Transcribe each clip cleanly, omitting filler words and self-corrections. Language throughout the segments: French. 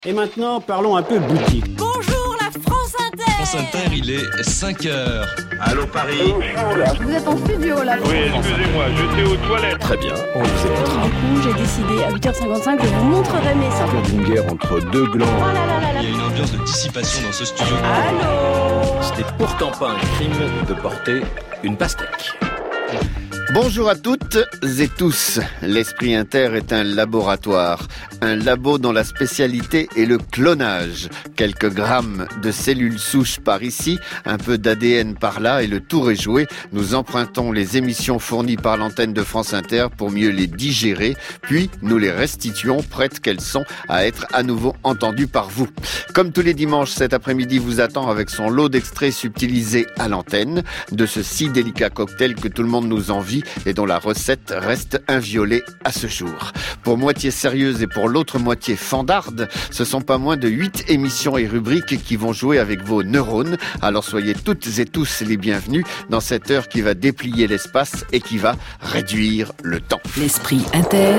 Et maintenant, parlons un peu boutique. Bonjour la France Inter. France Inter, il est 5h. Allô Paris. Vous êtes en studio là. Oui, excusez-moi, j'étais aux toilettes. Très bien, on vous écoutera. Du coup, j'ai décidé à 8h55, je vous montrerai mes seins. Une guerre entre deux glands. Oh là là là là. Il y a une ambiance de dissipation dans ce studio. Allô. Ce n'est pourtant pas un crime de porter une pastèque. Bonjour à toutes et tous. L'Esprit Inter est un laboratoire. Un labo dont la spécialité est le clonage. Quelques grammes de cellules souches par ici, un peu d'ADN par là et le tour est joué. Nous empruntons les émissions fournies par l'antenne de France Inter pour mieux les digérer, puis nous les restituons prêtes qu'elles sont à être à nouveau entendues par vous. Comme tous les dimanches, cet après-midi vous attend avec son lot d'extraits subtilisés à l'antenne de ce si délicat cocktail que tout le monde nous envie et dont la recette reste inviolée à ce jour. Pour moitié sérieuse et pour l'autre moitié fandarde, ce sont pas moins de 8 émissions et rubriques qui vont jouer avec vos neurones. Alors soyez toutes et tous les bienvenus dans cette heure qui va déplier l'espace et qui va réduire le temps. L'Esprit Inter,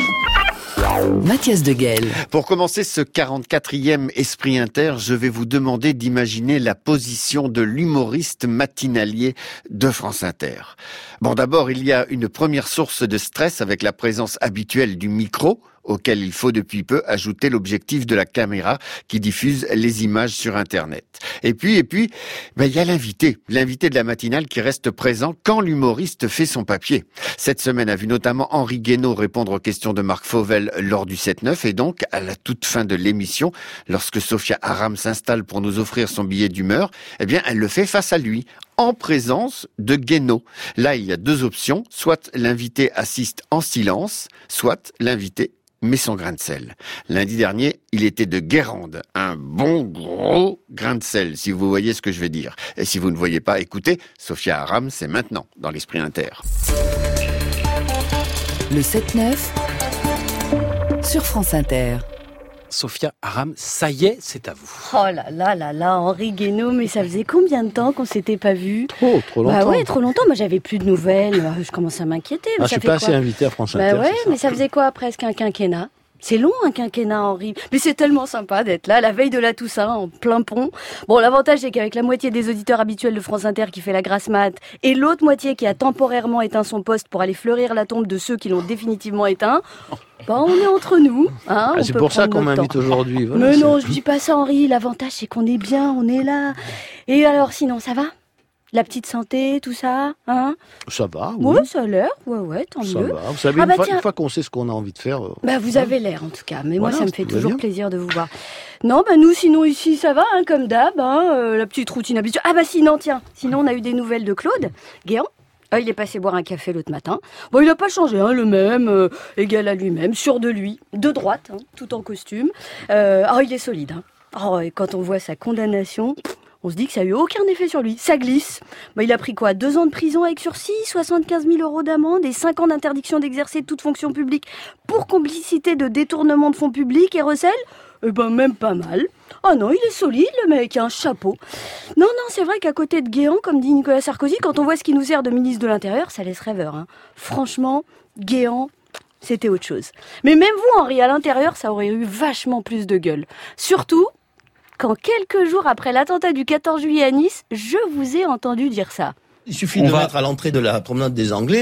Mathias Deguel. Pour commencer ce 44e Esprit Inter, je vais vous demander d'imaginer la position de l'humoriste matinalier de France Inter. Bon, d'abord, il y a une première source de stress avec la présence habituelle du micro, auquel il faut depuis peu ajouter l'objectif de la caméra qui diffuse les images sur Internet. Et puis, il y a l'invité de la matinale qui reste présent quand l'humoriste fait son papier. Cette semaine a vu notamment Henri Guénaud répondre aux questions de Marc Fauvel lors du 7-9 et donc, à la toute fin de l'émission, lorsque Sophia Aram s'installe pour nous offrir son billet d'humeur, elle le fait face à lui, en présence de Guénaud. Là, il y a deux options, soit l'invité assiste en silence, soit l'invité met son grain de sel. Lundi dernier, il était de Guérande. Un bon gros grain de sel, si vous voyez ce que je veux dire. Et si vous ne voyez pas, écoutez, Sophia Aram, c'est maintenant, dans l'Esprit Inter. Le 7-9 sur France Inter. Sophia Aram, ça y est, c'est à vous. Oh là là là là, Henri Guénaud, mais ça faisait combien de temps qu'on s'était pas vu? Trop longtemps. Bah ouais, trop longtemps. Moi, j'avais plus de nouvelles. Je commençais à m'inquiéter. Je suis pas assez invité à France Inter. Bah ouais, mais ça faisait quoi, presque un quinquennat? C'est long, un quinquennat, Henri. Mais c'est tellement sympa d'être là, la veille de la Toussaint, en plein pont. Bon, l'avantage, c'est qu'avec la moitié des auditeurs habituels de France Inter qui fait la grasse mat, et l'autre moitié qui a temporairement éteint son poste pour aller fleurir la tombe de ceux qui l'ont définitivement éteint, bah, on est entre nous. Hein, c'est pour ça qu'on m'invite aujourd'hui. Voilà, mais non, je dis pas ça, Henri. L'avantage, c'est qu'on est bien, on est là. Et alors, sinon, ça va ? La petite santé, tout ça, hein? Ça va, oui. Ouais, ça a l'air, ouais, tant ça mieux. Va. Vous savez, une fois qu'on sait ce qu'on a envie de faire... vous avez l'air, en tout cas. Mais voilà, moi, ça me fait toujours plaisir de vous voir. Non, nous, sinon, ici, ça va, hein, comme d'hab, la petite routine habituelle. Sinon, on a eu des nouvelles de Claude Guéant. Il est passé boire un café l'autre matin. Bon, il n'a pas changé, le même, égal à lui-même, sûr de lui, de droite, tout en costume. Il est solide, et quand on voit sa condamnation... On se dit que ça n'a eu aucun effet sur lui. Ça glisse. Il a pris quoi ? 2 ans de prison avec sursis, 75 000 € d'amende et 5 ans d'interdiction d'exercer toute fonction publique pour complicité de détournement de fonds publics et recel ? Même pas mal. Oh non, il est solide, le mec, un chapeau. Non, c'est vrai qu'à côté de Guéant, comme dit Nicolas Sarkozy, quand on voit ce qui nous sert de ministre de l'Intérieur, ça laisse rêveur. Franchement, Guéant, c'était autre chose. Mais même vous, Henri, à l'intérieur, ça aurait eu vachement plus de gueule. Surtout... quand quelques jours après l'attentat du 14 juillet à Nice, je vous ai entendu dire ça. Il suffit de mettre à l'entrée de la promenade des Anglais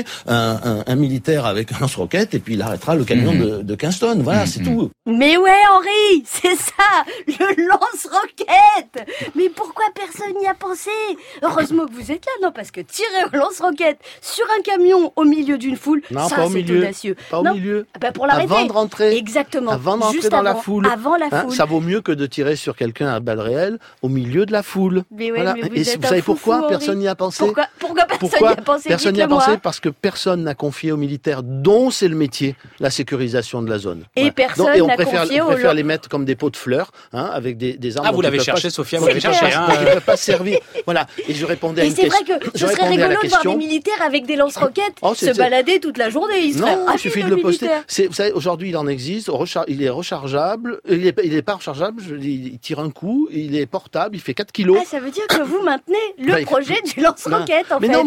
un militaire avec un lance-roquette et puis il arrêtera le camion de 15 tonnes. Voilà, c'est tout. Mais ouais, Henri, c'est ça, le lance-roquette. Mais pourquoi personne n'y a pensé ? Heureusement que vous êtes là, non, parce que tirer au lance-roquette sur un camion au milieu d'une foule, non, ça pas au c'est milieu. audacieux. Pas au milieu. Pour l'arrêter. Avant de rentrer. Exactement. Avant d'entrer juste dans avant, la foule. Avant la foule. Ça vaut mieux que de tirer sur quelqu'un à balles réelles au milieu de la foule. Mais ouais, voilà. mais vous Et êtes vous savez pourquoi Henri. personne n'y a pensé ? Pourquoi personne n'y a pensé ? Personne n'y a pensé parce que personne n'a confié aux militaires, dont c'est le métier, la sécurisation de la zone. Et personne on n'a préfère, confié on préfère les mettre comme des pots de fleurs, avec des armes. Vous l'avez cherché, Sophia, vous l'avez cherché. Qui ne peuvent pas servir. Voilà. Et je répondais à une question. Et c'est vrai que ce serait rigolo de voir des militaires avec des lance-roquettes se balader toute la journée. Il suffit de le poster. Vous savez, aujourd'hui, il en existe. Il est rechargeable. Il est pas rechargeable. Il tire un coup. Il est portable. Il fait 4 kilos. Ça veut dire que vous maintenez le projet du lance-roquette, en fait. Mais non, mais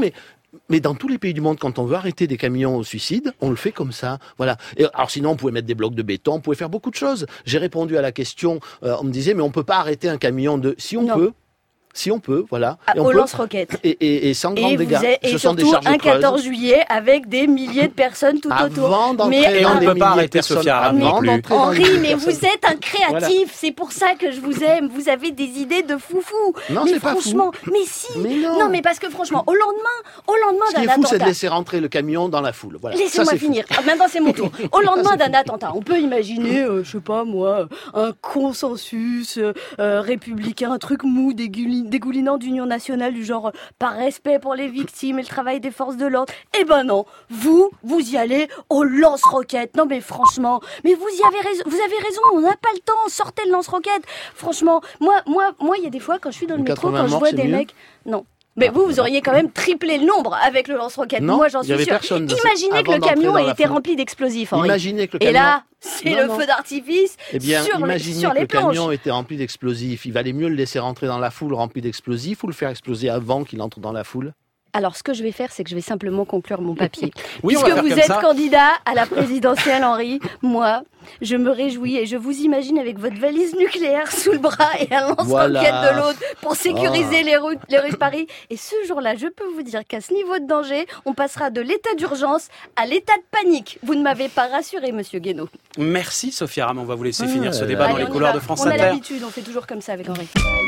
Mais dans tous les pays du monde, quand on veut arrêter des camions au suicide, on le fait comme ça. Voilà. Et alors sinon, on pouvait mettre des blocs de béton, on pouvait faire beaucoup de choses. J'ai répondu à la question, on me disait, mais on peut pas arrêter un camion de... Si on peut, voilà. Et on au peut, lance-roquettes. et sans grand dégâts. Et Ce sont des surtout charges un 14 juillet avec des milliers de personnes tout autour. Avant d'entrer Mais dans on des peut pas milliers de arrêter personnes, Sophia Aram avant non plus. d'entrer dans Henri, des mais personnes. vous êtes un créatif, c'est pour ça que je vous aime. Vous avez des idées de foufou. Non, mais c'est pas fou. franchement, mais si. Mais non. mais parce que franchement, au lendemain Ce qui d'un est fou, c'est de attentat. laisser rentrer le camion dans la foule. Voilà. Laissez-moi Ça, c'est finir. fou. Ah, maintenant, c'est mon tour. Au lendemain d'un attentat, on peut imaginer, je sais pas moi, un consensus républicain, un truc mou, dégoulinant d'union nationale, du genre par respect pour les victimes et le travail des forces de l'ordre. Eh ben non, vous y allez au lance-roquettes. Non mais franchement, mais vous avez raison, on n'a pas le temps, sortez le lance-roquettes. Franchement, moi, il y a des fois quand je suis dans le métro, 80 quand je morts, vois c'est des mieux mecs, non. Mais vous auriez quand même triplé le nombre avec le lance-roquette. Non, Moi, j'en il y suis avait sûre. personne de ça. Imaginez que Avant le camion d'entrer dans ait la été foule. rempli d'explosifs, Henri. Imaginez que le Et camion... là, c'est Non, le non. feu d'artifice Eh bien, sur imaginez les que le planches. camion était rempli d'explosifs. Il valait mieux le laisser rentrer dans la foule rempli d'explosifs ou le faire exploser avant qu'il entre dans la foule. Alors, ce que je vais faire, c'est que je vais simplement conclure mon papier. Oui, on va Puisque faire vous comme êtes ça. candidat à la présidentielle, Henri, moi, je me réjouis et je vous imagine avec votre valise nucléaire sous le bras et un lance-roquette Voilà. de l'autre pour sécuriser les rues de Paris. Et ce jour-là, je peux vous dire qu'à ce niveau de danger, on passera de l'état d'urgence à l'état de panique. Vous ne m'avez pas rassuré, monsieur Guénaud. Merci Sophia Aram, on va vous laisser finir ce débat Allez, dans les on y couloirs va. de France On a Inter. l'habitude, on fait toujours comme ça avec Henri.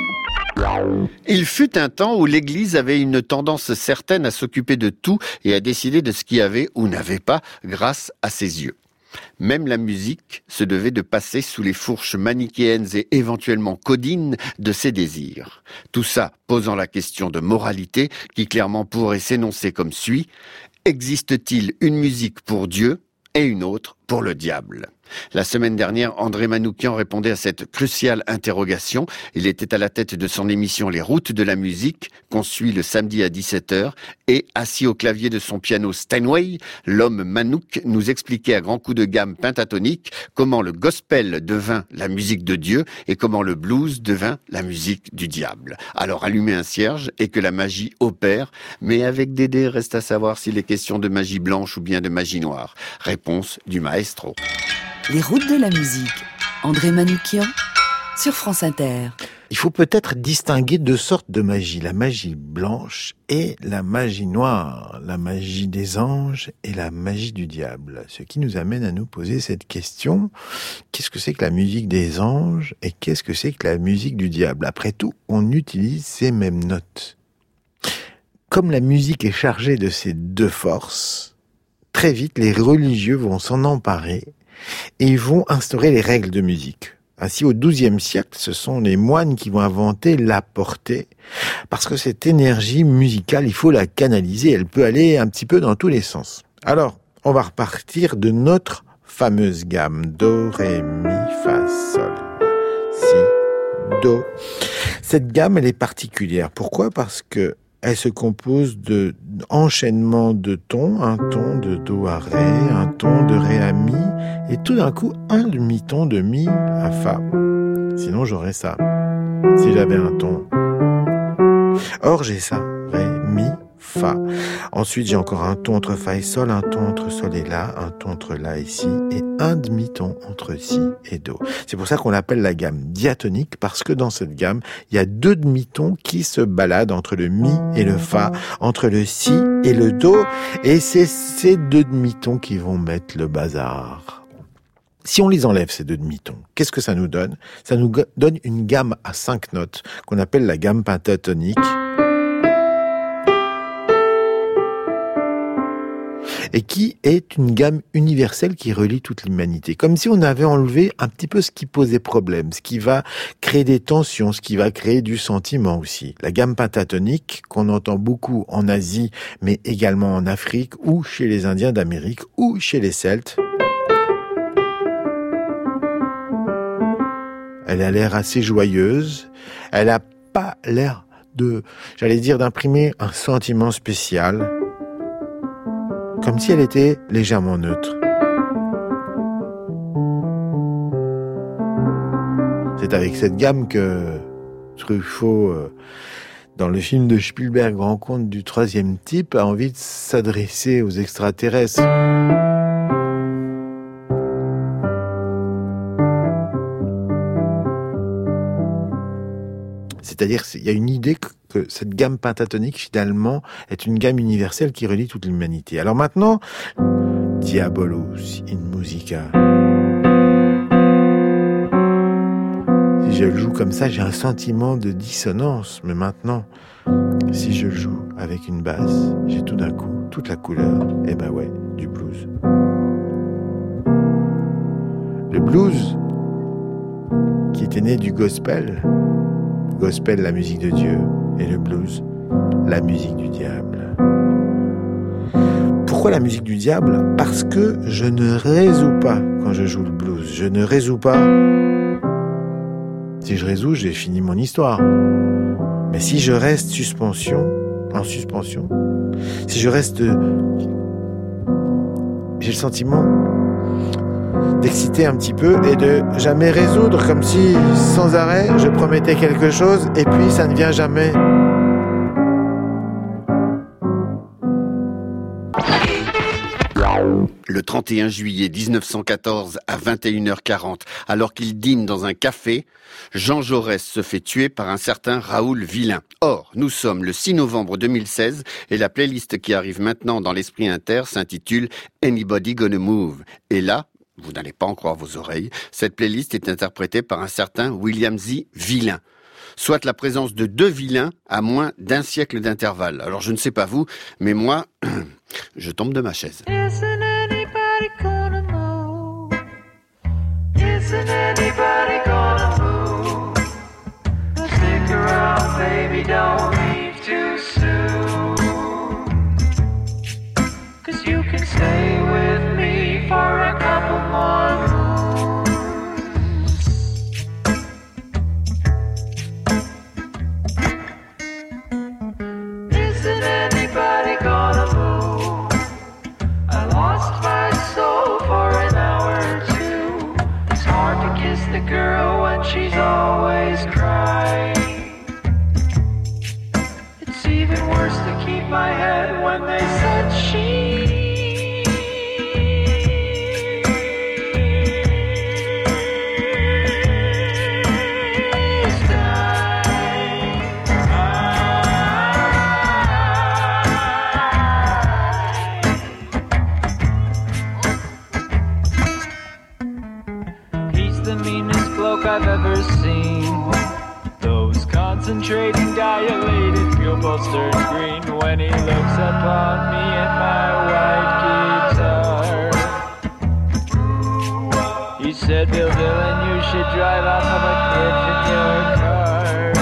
Il fut un temps où l'Église avait une tendance certaine à s'occuper de tout et à décider de ce qu'il y avait ou n'avait pas grâce à ses yeux. Même la musique se devait de passer sous les fourches manichéennes et éventuellement codines de ses désirs. Tout ça posant la question de moralité qui clairement pourrait s'énoncer comme suit. Existe-t-il une musique pour Dieu et une autre pour le diable ? La semaine dernière, André Manoukian répondait à cette cruciale interrogation. Il était à la tête de son émission Les Routes de la musique, qu'on suit le samedi à 17h, et assis au clavier de son piano Steinway, l'homme Manouk nous expliquait à grands coups de gamme pentatonique comment le gospel devint la musique de Dieu et comment le blues devint la musique du diable. Alors allumez un cierge et que la magie opère, mais avec Dédé reste à savoir s'il est question de magie blanche ou bien de magie noire. Réponse du maestro. Les routes de la musique. André Manoukian sur France Inter. Il faut peut-être distinguer deux sortes de magie, la magie blanche et la magie noire, la magie des anges et la magie du diable. Ce qui nous amène à nous poser cette question, qu'est-ce que c'est que la musique des anges et qu'est-ce que c'est que la musique du diable ? Après tout, on utilise ces mêmes notes. Comme la musique est chargée de ces deux forces, très vite les religieux vont s'en emparer et ils vont instaurer les règles de musique. Ainsi, au XIIe siècle, ce sont les moines qui vont inventer la portée, parce que cette énergie musicale, il faut la canaliser, elle peut aller un petit peu dans tous les sens. Alors, on va repartir de notre fameuse gamme Do, Ré, Mi, Fa, Sol, Si, Do. Cette gamme, elle est particulière. Pourquoi ? Parce que elle se compose de enchaînements de tons, un ton de Do à Ré, un ton de Ré à Mi, et tout d'un coup, un demi-ton de Mi à Fa. Sinon, j'aurais ça, si j'avais un ton. Or, j'ai ça, Ré, Mi, Fa. Ensuite, j'ai encore un ton entre Fa et Sol, un ton entre Sol et La, un ton entre La et Si, et un demi-ton entre Si et Do. C'est pour ça qu'on l'appelle la gamme diatonique, parce que dans cette gamme, il y a deux demi-tons qui se baladent entre le Mi et le Fa, entre le Si et le Do, et c'est ces deux demi-tons qui vont mettre le bazar. Si on les enlève, ces deux demi-tons, qu'est-ce que ça nous donne ? Ça nous donne une gamme à 5 notes, qu'on appelle la gamme pentatonique, et qui est une gamme universelle qui relie toute l'humanité. Comme si on avait enlevé un petit peu ce qui posait problème, ce qui va créer des tensions, ce qui va créer du sentiment aussi. La gamme pentatonique, qu'on entend beaucoup en Asie, mais également en Afrique, ou chez les Indiens d'Amérique, ou chez les Celtes. Elle a l'air assez joyeuse, elle a pas l'air d'imprimer un sentiment spécial, comme si elle était légèrement neutre. C'est avec cette gamme que Truffaut dans le film de Spielberg Rencontre du troisième type, a envie de s'adresser aux extraterrestres. C'est-à-dire qu'il y a une idée que cette gamme pentatonique, finalement, est une gamme universelle qui relie toute l'humanité. Alors maintenant, Diabolus in Musica. Si je le joue comme ça, j'ai un sentiment de dissonance. Mais maintenant, si je le joue avec une basse, j'ai tout d'un coup toute la couleur, et ben ouais, du blues. Le blues, qui était né du gospel, la musique de Dieu, et le blues, la musique du diable. Pourquoi la musique du diable ? Parce que je ne résous pas quand je joue le blues. Je ne résous pas. Si je résous, j'ai fini mon histoire. Mais si je reste en suspension, si je reste... J'ai le sentiment d'exciter un petit peu et de jamais résoudre, comme si sans arrêt je promettais quelque chose et puis ça ne vient jamais. Le 31 juillet 1914 à 21h40, alors qu'il dîne dans un café, Jean Jaurès se fait tuer par un certain Raoul Villain. Or, nous sommes le 6 novembre 2016 et la playlist qui arrive maintenant dans l'Esprit Inter s'intitule « Anybody Gonna Move ». Et là, vous n'allez pas en croire vos oreilles, cette playlist est interprétée par un certain William Z. Villain. Soit la présence de 2 vilains à moins d'1 siècle d'intervalle. Alors je ne sais pas vous, mais moi, je tombe de ma chaise. Isn't anybody gonna move? Isn't anybody gonna move? Stick around, baby, don't leave too soon. 'Cause you can stay with me for a couple more moons. Isn't anybody gonna move? I lost my soul for an hour or two. It's hard to kiss the girl when she's always crying. It's even worse to keep my head when they said she's dying. He's the meanest bloke I've ever seen. Those concentrating, dilated pupils turn green when he looks upon me and my white guitar. He said, Bill Dillon, you should drive off of a cliff in your car.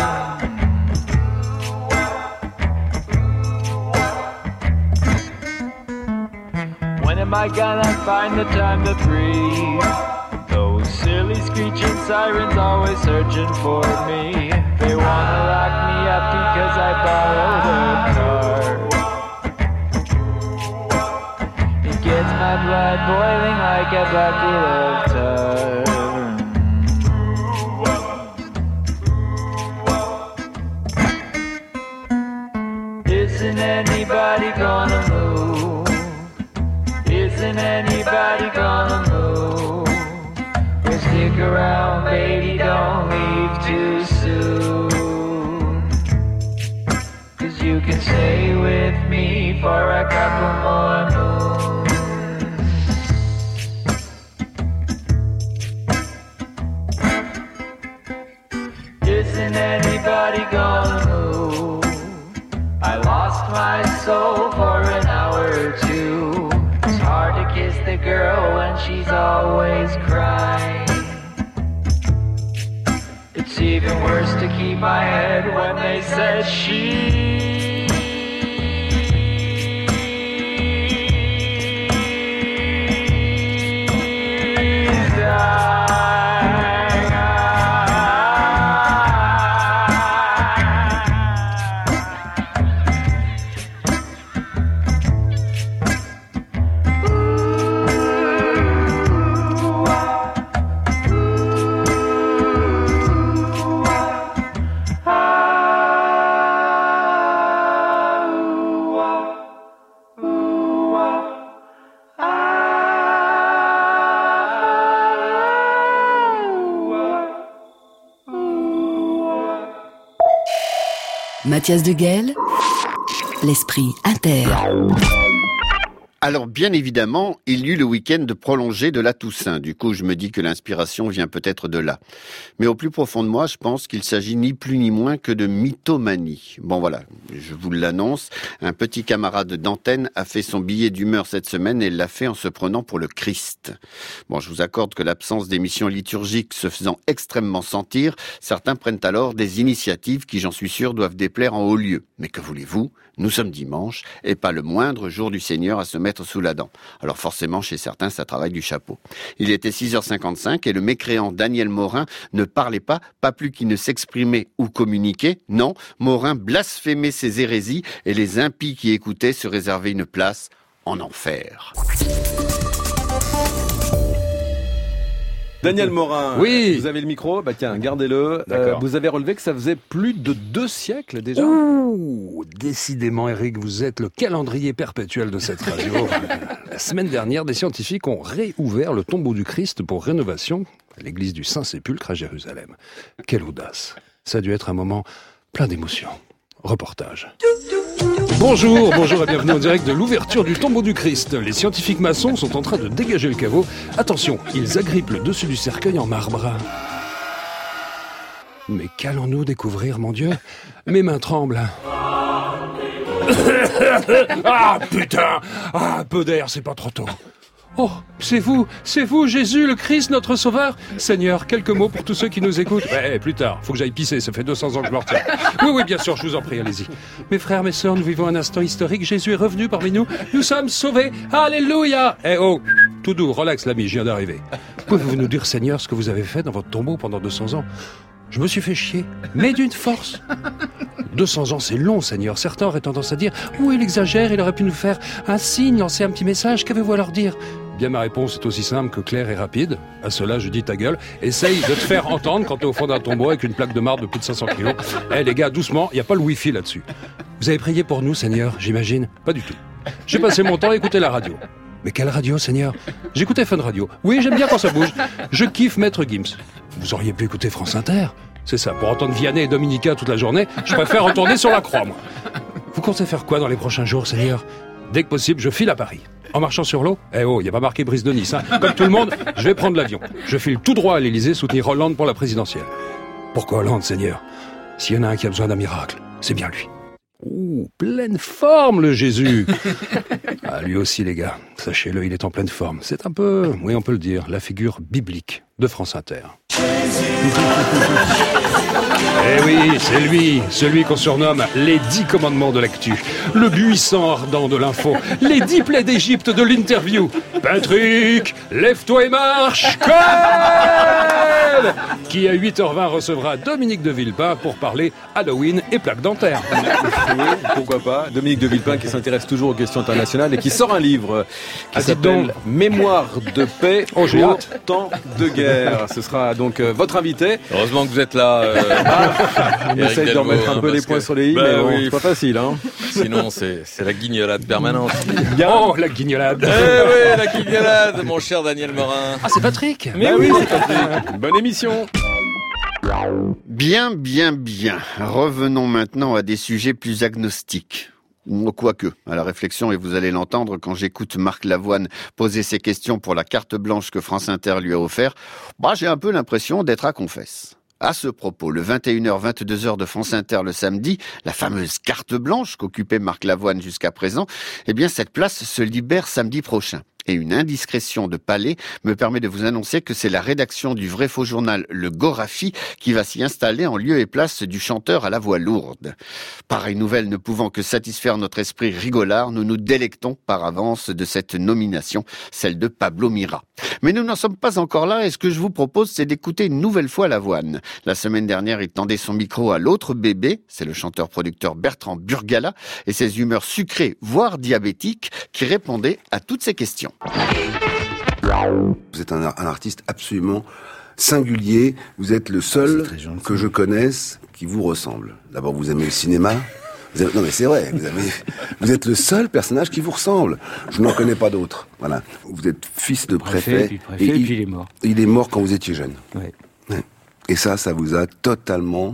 When am I gonna find the time to breathe? Those silly screeching sirens always searching for me. They wanna lock me up because I borrowed a car. It gets my blood boiling like a bucket of tar. Isn't anybody gonna move? Isn't anybody gonna move? Well, stick around, baby, don't leave too soon. 'Cause you can stay with me for a couple more moons. Isn't anybody gonna move? I lost my soul for an hour or two. It's hard to kiss the girl when she's always crying. It's even worse to keep my head when they said she's dying. Mathias Deguel, l'esprit inter. Alors, bien évidemment, il y eut le week-end prolongé de la Toussaint. Du coup, je me dis que l'inspiration vient peut-être de là. Mais au plus profond de moi, je pense qu'il s'agit ni plus ni moins que de mythomanie. Bon, voilà, je vous l'annonce. Un petit camarade d'antenne a fait son billet d'humeur cette semaine et l'a fait en se prenant pour le Christ. Bon, je vous accorde que l'absence d'émissions liturgiques se faisant extrêmement sentir, certains prennent alors des initiatives qui, j'en suis sûr, doivent déplaire en haut lieu. Mais que voulez-vous ? Nous sommes dimanche et pas le moindre jour du Seigneur à se mettre sous la dent. Alors forcément, chez certains, ça travaille du chapeau. Il était 6h55 et le mécréant Daniel Morin ne parlait pas plus qu'il ne s'exprimait ou communiquait. Non, Morin blasphémait ses hérésies et les impies qui écoutaient se réservaient une place en enfer. Daniel Morin, oui. Vous avez le micro, tiens, gardez-le. Vous avez relevé que ça faisait plus de 2 siècles déjà. Ouh, décidément Eric, vous êtes le calendrier perpétuel de cette radio. La semaine dernière, des scientifiques ont réouvert le tombeau du Christ pour rénovation à l'église du Saint-Sépulcre à Jérusalem. Quelle audace. Ça a dû être un moment plein d'émotions. Reportage. Bonjour et bienvenue en direct de l'ouverture du tombeau du Christ. Les scientifiques maçons sont en train de dégager le caveau. Attention, ils agrippent le dessus du cercueil en marbre. Mais qu'allons-nous découvrir, mon Dieu ? Mes mains tremblent. Ah, putain ! Ah, peu d'air, c'est pas trop tôt. Oh, c'est vous, Jésus, le Christ, notre Sauveur. Seigneur, quelques mots pour tous ceux qui nous écoutent. Plus tard, faut que j'aille pisser, ça fait 200 ans que je me retiens. Oui, bien sûr, je vous en prie, allez-y. Mes frères, mes sœurs, nous vivons un instant historique. Jésus est revenu parmi nous. Nous sommes sauvés. Alléluia. Tout doux, relax l'ami, je viens d'arriver. Pouvez-vous nous dire, Seigneur, ce que vous avez fait dans votre tombeau pendant 200 ans ? Je me suis fait chier, mais d'une force. 200 ans, c'est long, Seigneur. Certains auraient tendance à dire « Oh, il exagère, il aurait pu nous faire un signe, lancer un petit message. Qu'avez-vous à leur dire ?» Bien, ma réponse est aussi simple que claire et rapide. À cela, je dis ta gueule. Essaye de te faire entendre quand t'es au fond d'un tombeau avec une plaque de marbre de plus de 500 kilos. Les gars, doucement, il n'y a pas le wifi là-dessus. Vous avez prié pour nous, Seigneur, j'imagine ? Pas du tout. J'ai passé mon temps à écouter la radio. Mais quelle radio, Seigneur ? J'écoutais Fun Radio. Oui, j'aime bien quand ça bouge. Je kiffe Maître Gims. Vous auriez pu écouter France Inter. C'est ça, pour entendre Vianney et Dominica toute la journée, je préfère retourner sur la croix, moi. Vous comptez faire quoi dans les prochains jours, Seigneur ? Dès que possible, je file à Paris. En marchant sur l'eau ? Il n'y a pas marqué brise de Nice. Comme tout le monde, je vais prendre l'avion. Je file tout droit à l'Élysée soutenir Hollande pour la présidentielle. Pourquoi Hollande, Seigneur ? S'il y en a un qui a besoin d'un miracle, c'est bien lui. Ouh, pleine forme, le Jésus. Lui aussi, les gars. Sachez-le, il est en pleine forme. C'est un peu, oui, on peut le dire, la figure biblique de France Inter. Eh oui, c'est lui, celui qu'on surnomme les 10 commandements de l'actu, le buisson ardent de l'info, les 10 plaies d'Égypte de l'interview. Patrick, lève-toi et marche, qui à 8h20 recevra Dominique de Villepin pour parler Halloween et plaques dentaires. Oui, pourquoi pas. Dominique de Villepin qui s'intéresse toujours aux questions internationales et qui sort un livre qui s'appelle Mémoire de paix pour temps de guerre. Ce sera donc votre invité. Heureusement que vous êtes là. On essaye de remettre un peu les points sur les i, mais bon, c'est pas facile. Hein. Sinon, c'est la guignolade permanente. Oh, la guignolade. Oui, la guignolade, mon cher Daniel Morin. Ah, c'est Patrick. Mais oui, c'est Patrick. Bonne émission. Bien. Revenons maintenant à des sujets plus agnostiques. Quoique, à la réflexion, et vous allez l'entendre quand j'écoute Marc Lavoine poser ses questions pour la carte blanche que France Inter lui a offert, j'ai un peu l'impression d'être à confesse. À ce propos, le 21h-22h de France Inter le samedi, la fameuse carte blanche qu'occupait Marc Lavoine jusqu'à présent, cette place se libère samedi prochain. Et une indiscrétion de palais me permet de vous annoncer que c'est la rédaction du vrai faux journal Le Gorafi qui va s'y installer en lieu et place du chanteur à la voix lourde. Pareille nouvelle ne pouvant que satisfaire notre esprit rigolard, nous nous délectons par avance de cette nomination, celle de Pablo Mira. Mais nous n'en sommes pas encore là et ce que je vous propose, c'est d'écouter une nouvelle fois Lavoine. La semaine dernière, il tendait son micro à l'autre bébé, c'est le chanteur-producteur Bertrand Burgala, et ses humeurs sucrées, voire diabétiques, qui répondaient à toutes ces questions. Vous êtes un artiste absolument singulier. Vous êtes le seul que je connaisse qui vous ressemble. D'abord, vous aimez le cinéma. Non mais c'est vrai, vous êtes le seul personnage qui vous ressemble. Je n'en connais pas d'autres. Voilà. Vous êtes fils de préfet. Et puis il est mort. Il est mort quand vous étiez jeune. Ouais. Et ça vous a totalement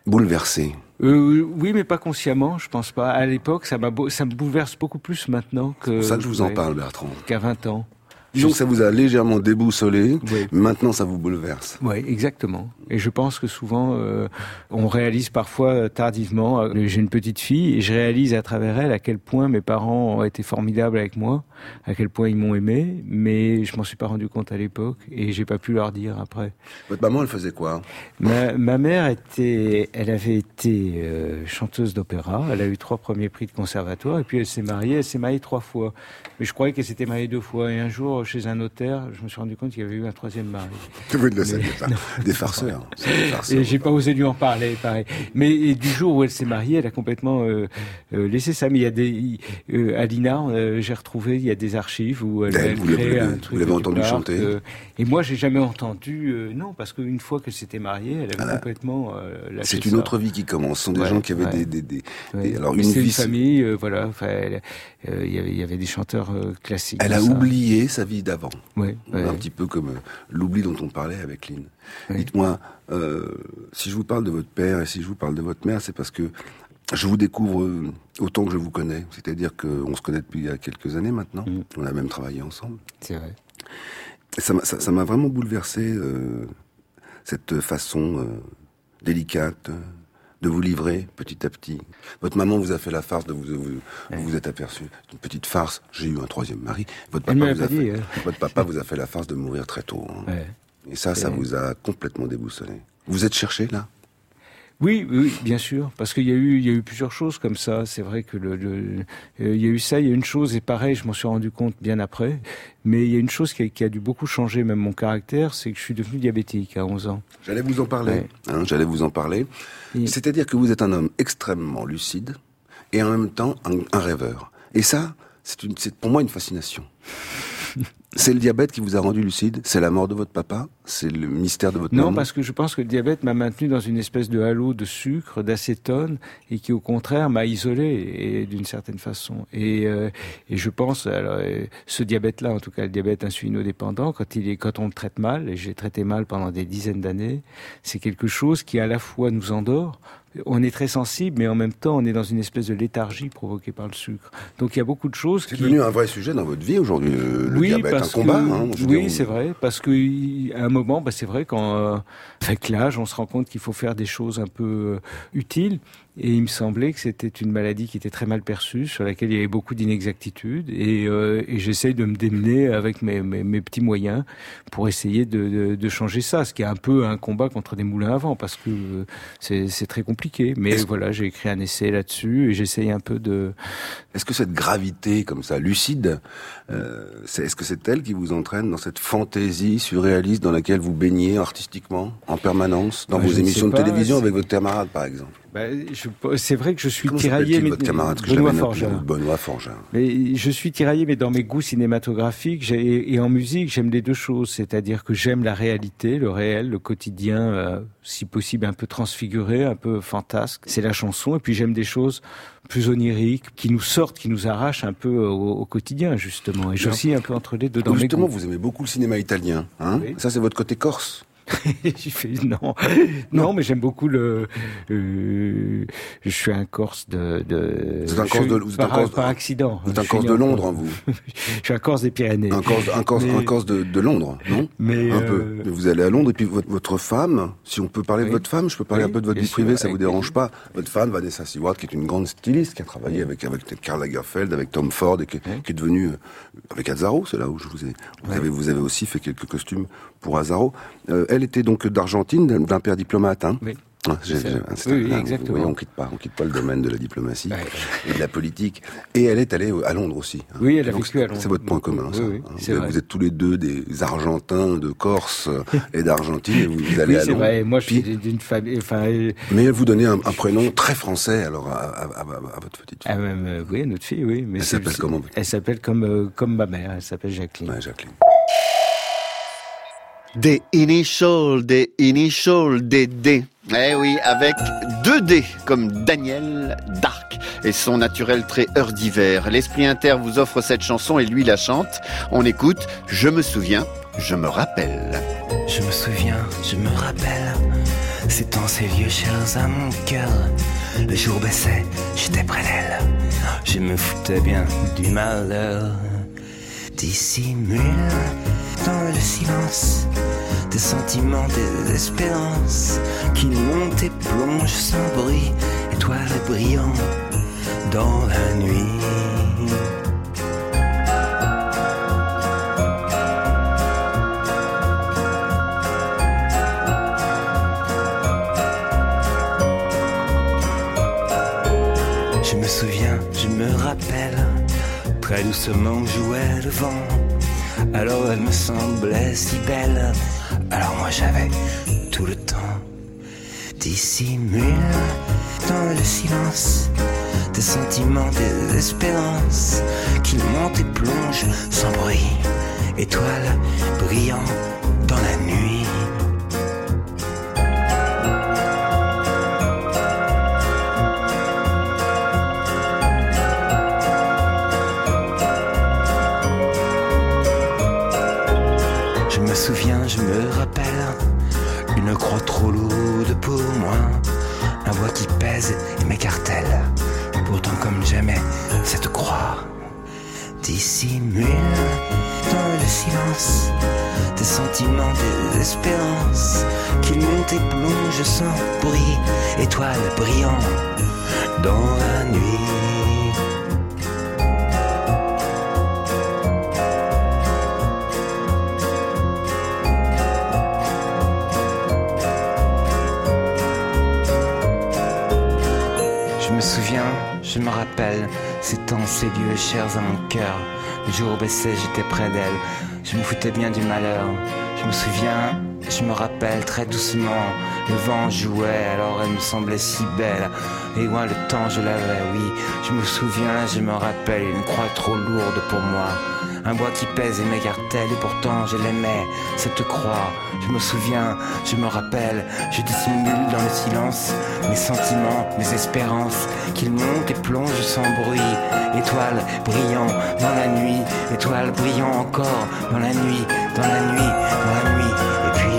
Bouleversé. Oui, mais pas consciemment, je pense pas. À l'époque, ça me bouleverse beaucoup plus maintenant que... C'est pour ça que je vous en parle, Bertrand. Qu'à 20 ans. Disons que ça vous a légèrement déboussolé, oui. Maintenant ça vous bouleverse. Oui, exactement. Et je pense que souvent, on réalise parfois tardivement. J'ai une petite fille et je réalise à travers elle à quel point mes parents ont été formidables avec moi, à quel point ils m'ont aimé, mais je m'en suis pas rendu compte à l'époque et j'ai pas pu leur dire après. Votre maman, elle faisait quoi? Ma mère elle avait été chanteuse d'opéra. Elle a eu 3 premiers prix de conservatoire et puis elle s'est mariée 3 fois. Mais je croyais qu'elle s'était mariée 2 fois. Et un jour, chez un notaire, je me suis rendu compte qu'il y avait eu un 3e mari. Vous ne le savez pas. Des farceurs. Et j'ai pas osé lui en parler, pareil. Mais du jour où elle s'est mariée, elle a complètement laissé ça. Mais il y a des... à l'INA, j'ai retrouvé, il y a des archives où elle créait un truc. Vous l'avez entendu chanter et moi, j'ai jamais entendu... non, parce qu'une fois qu'elle s'était mariée, elle avait complètement lâché c'est une autre vie qui commence. Ce sont des gens qui avaient des alors, une famille, voilà. Il y avait des chanteurs classiques. Elle a oublié sa vie d'avant. Oui. Un petit peu comme l'oubli dont on parlait avec Lynn. Oui. Dites-moi, si je vous parle de votre père et si je vous parle de votre mère, c'est parce que je vous découvre autant que je vous connais. C'est-à-dire qu'on se connaît depuis il y a quelques années maintenant. On a même travaillé ensemble. C'est vrai. Et ça m'a vraiment bouleversé, cette façon délicate de vous livrer petit à petit. Votre maman vous a fait la farce de vous êtes aperçu d'une petite farce. J'ai eu un 3e mari. Votre papa vous a fait la farce de mourir très tôt. Hein. Ouais. Et ça vous a complètement déboussolé. Vous êtes cherché là? Oui, bien sûr, parce qu'il y a eu plusieurs choses comme ça. C'est vrai que il y a eu ça, il y a une chose, et pareil, je m'en suis rendu compte bien après, mais il y a une chose qui a dû beaucoup changer même mon caractère, c'est que je suis devenu diabétique à 11 ans. J'allais vous en parler. Ouais. C'est-à-dire que vous êtes un homme extrêmement lucide et en même temps un rêveur. Et ça, c'est pour moi une fascination. C'est le diabète qui vous a rendu lucide? C'est la mort de votre papa? C'est le mystère de votre maman? Non, parce que je pense que le diabète m'a maintenu dans une espèce de halo de sucre, d'acétone, et qui au contraire m'a isolé, et d'une certaine façon. Et je pense, alors, ce diabète-là, en tout cas le diabète insulinodépendant, quand on le traite mal, et j'ai traité mal pendant des dizaines d'années, c'est quelque chose qui à la fois nous endort. On est très sensible, mais en même temps, on est dans une espèce de léthargie provoquée par le sucre. Donc il y a beaucoup de choses C'est devenu un vrai sujet dans votre vie aujourd'hui, le diabète, un combat. C'est vrai, parce qu'à un moment, c'est vrai, avec l'âge, on se rend compte qu'il faut faire des choses un peu utiles. Et il me semblait que c'était une maladie qui était très mal perçue, sur laquelle il y avait beaucoup d'inexactitudes. Et j'essaye de me démener avec mes petits moyens pour essayer de changer ça. Ce qui est un peu un combat contre des moulins à vent, parce que c'est très compliqué. Mais voilà, j'ai écrit un essai là-dessus et j'essaye un peu de... Est-ce que cette gravité comme ça, lucide, est-ce que c'est elle qui vous entraîne dans cette fantaisie surréaliste dans laquelle vous baignez artistiquement, en permanence, dans vos émissions de télévision avec votre camarade, par exemple? C'est vrai que je suis tiraillé, mais Benoît Forgeat. Mais je suis tiraillé, mais dans mes goûts cinématographiques et en musique, j'aime les deux choses. C'est-à-dire que j'aime la réalité, le réel, le quotidien, si possible un peu transfiguré, un peu fantasque. C'est la chanson. Et puis j'aime des choses plus oniriques, qui nous sortent, qui nous arrachent un peu au quotidien, justement. Et j'oscille un peu entre les deux dans mes goûts. Justement, vous aimez beaucoup le cinéma italien, hein? Oui. Ça, c'est votre côté corse. Non, mais j'aime beaucoup je suis un Corse par accident. Vous êtes un Corse de Londres, hein, vous. Je suis un Corse des Pyrénées. Un Corse de Londres, non? Mais vous allez à Londres et puis votre femme, si on peut parler de votre femme, je peux parler un peu de votre vie privée, ça vous dérange pas? Votre femme, Vanessa Seward, qui est une grande styliste, qui a travaillé avec Karl Lagerfeld, avec Tom Ford, et qui est devenue avec Azzaro, c'est là où je vous ai. Vous avez aussi fait quelques costumes pour Azzaro. Elle était donc d'Argentine, d'un père diplomate, hein? Oui. Oui, exactement. On quitte pas le domaine de la diplomatie et de la politique. Et elle est allée à Londres aussi. Hein. Oui, elle a vécu à Londres. C'est votre point commun, ça. Oui, vous êtes tous les deux des Argentins de Corse et d'Argentine. Et vous allez à Londres. C'est vrai. Moi, je suis d'une famille. Mais vous donnez un prénom très français alors à votre petite fille. Oui, à notre fille, oui. Mais elle s'appelle comment? Elle s'appelle comme ma mère. Elle s'appelle Jacqueline. Ouais, Jacqueline. Des initials, D. Eh oui, avec 2 D, comme Daniel Dark et son naturel très heure d'hiver. L'Esprit Inter vous offre cette chanson et lui la chante. On écoute « Je me souviens, je me rappelle ». Je me souviens, je me rappelle, C'est dans ces vieux chairs à mon cœur. Le jour baissait, j'étais près d'elle. Je me foutais bien du malheur. Dissimule dans le silence des sentiments, des espérances qui montent et plongent sans bruit, étoiles brillantes dans la nuit. Je me souviens, je me rappelle, très doucement jouait le vent. Alors elle me semblait si belle, alors moi j'avais tout le temps. Dissimule dans le silence des sentiments, des espérances qui montent et plongent sans bruit, étoiles brillant dans la nuit. Je me souviens, je me rappelle, une croix trop lourde pour moi, un bois qui pèse et m'écartèle, pourtant comme jamais cette croix dissimule dans le silence des sentiments, des espérances qui montent et plongent sans bruit, étoiles brillant dans la nuit. Je me rappelle, ces temps, ces lieux chers à mon cœur. Le jour baissait, j'étais près d'elle. Je me foutais bien du malheur. Je me souviens, je me rappelle très doucement. Le vent jouait, alors elle me semblait si belle. Et loin le temps, je l'avais, oui. Je me souviens, je me rappelle, une croix trop lourde pour moi. Un bois qui pèse et m'écartèle, et pourtant je l'aimais, cette croix. Je me souviens, je me rappelle, je dissimule dans le silence mes sentiments, mes espérances, qu'ils montent et plongent sans bruit. Étoiles brillant dans la nuit, étoiles brillant encore dans la nuit, dans la nuit, dans la nuit. Et puis...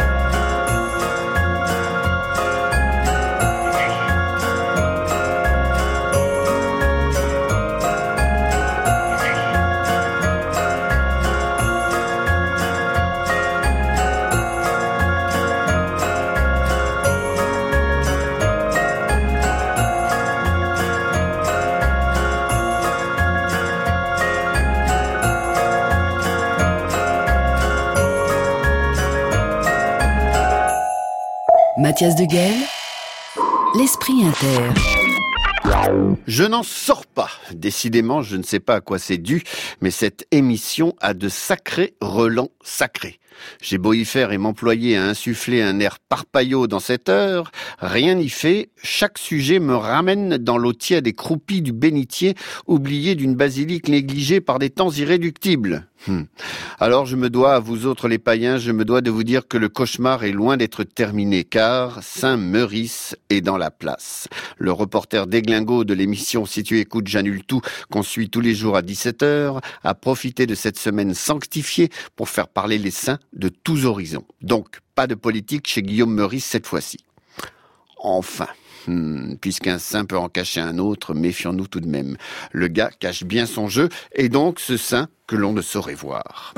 Mathias Deguel, l'esprit inter. Je n'en sors pas. Décidément, je ne sais pas à quoi c'est dû, mais cette émission a de sacrés relents sacrés. J'ai beau y faire et m'employer à insuffler un air parpaillot dans cette heure, rien n'y fait, chaque sujet me ramène dans l'eau tiède et croupie du bénitier, oublié d'une basilique négligée par des temps irréductibles. Alors je me dois, à vous autres les païens, je me dois de vous dire que le cauchemar est loin d'être terminé, car Saint-Meurice est dans la place. Le reporter déglingo de l'émission Si tu écoutes, j'annule tout, qu'on suit tous les jours à 17h, a profité de cette semaine sanctifiée pour faire parler les saints de tous horizons. Donc, pas de politique chez Guillaume Meurice cette fois-ci. Enfin... puisqu'un saint peut en cacher un autre, méfions-nous tout de même. Le gars cache bien son jeu, et donc ce saint que l'on ne saurait voir.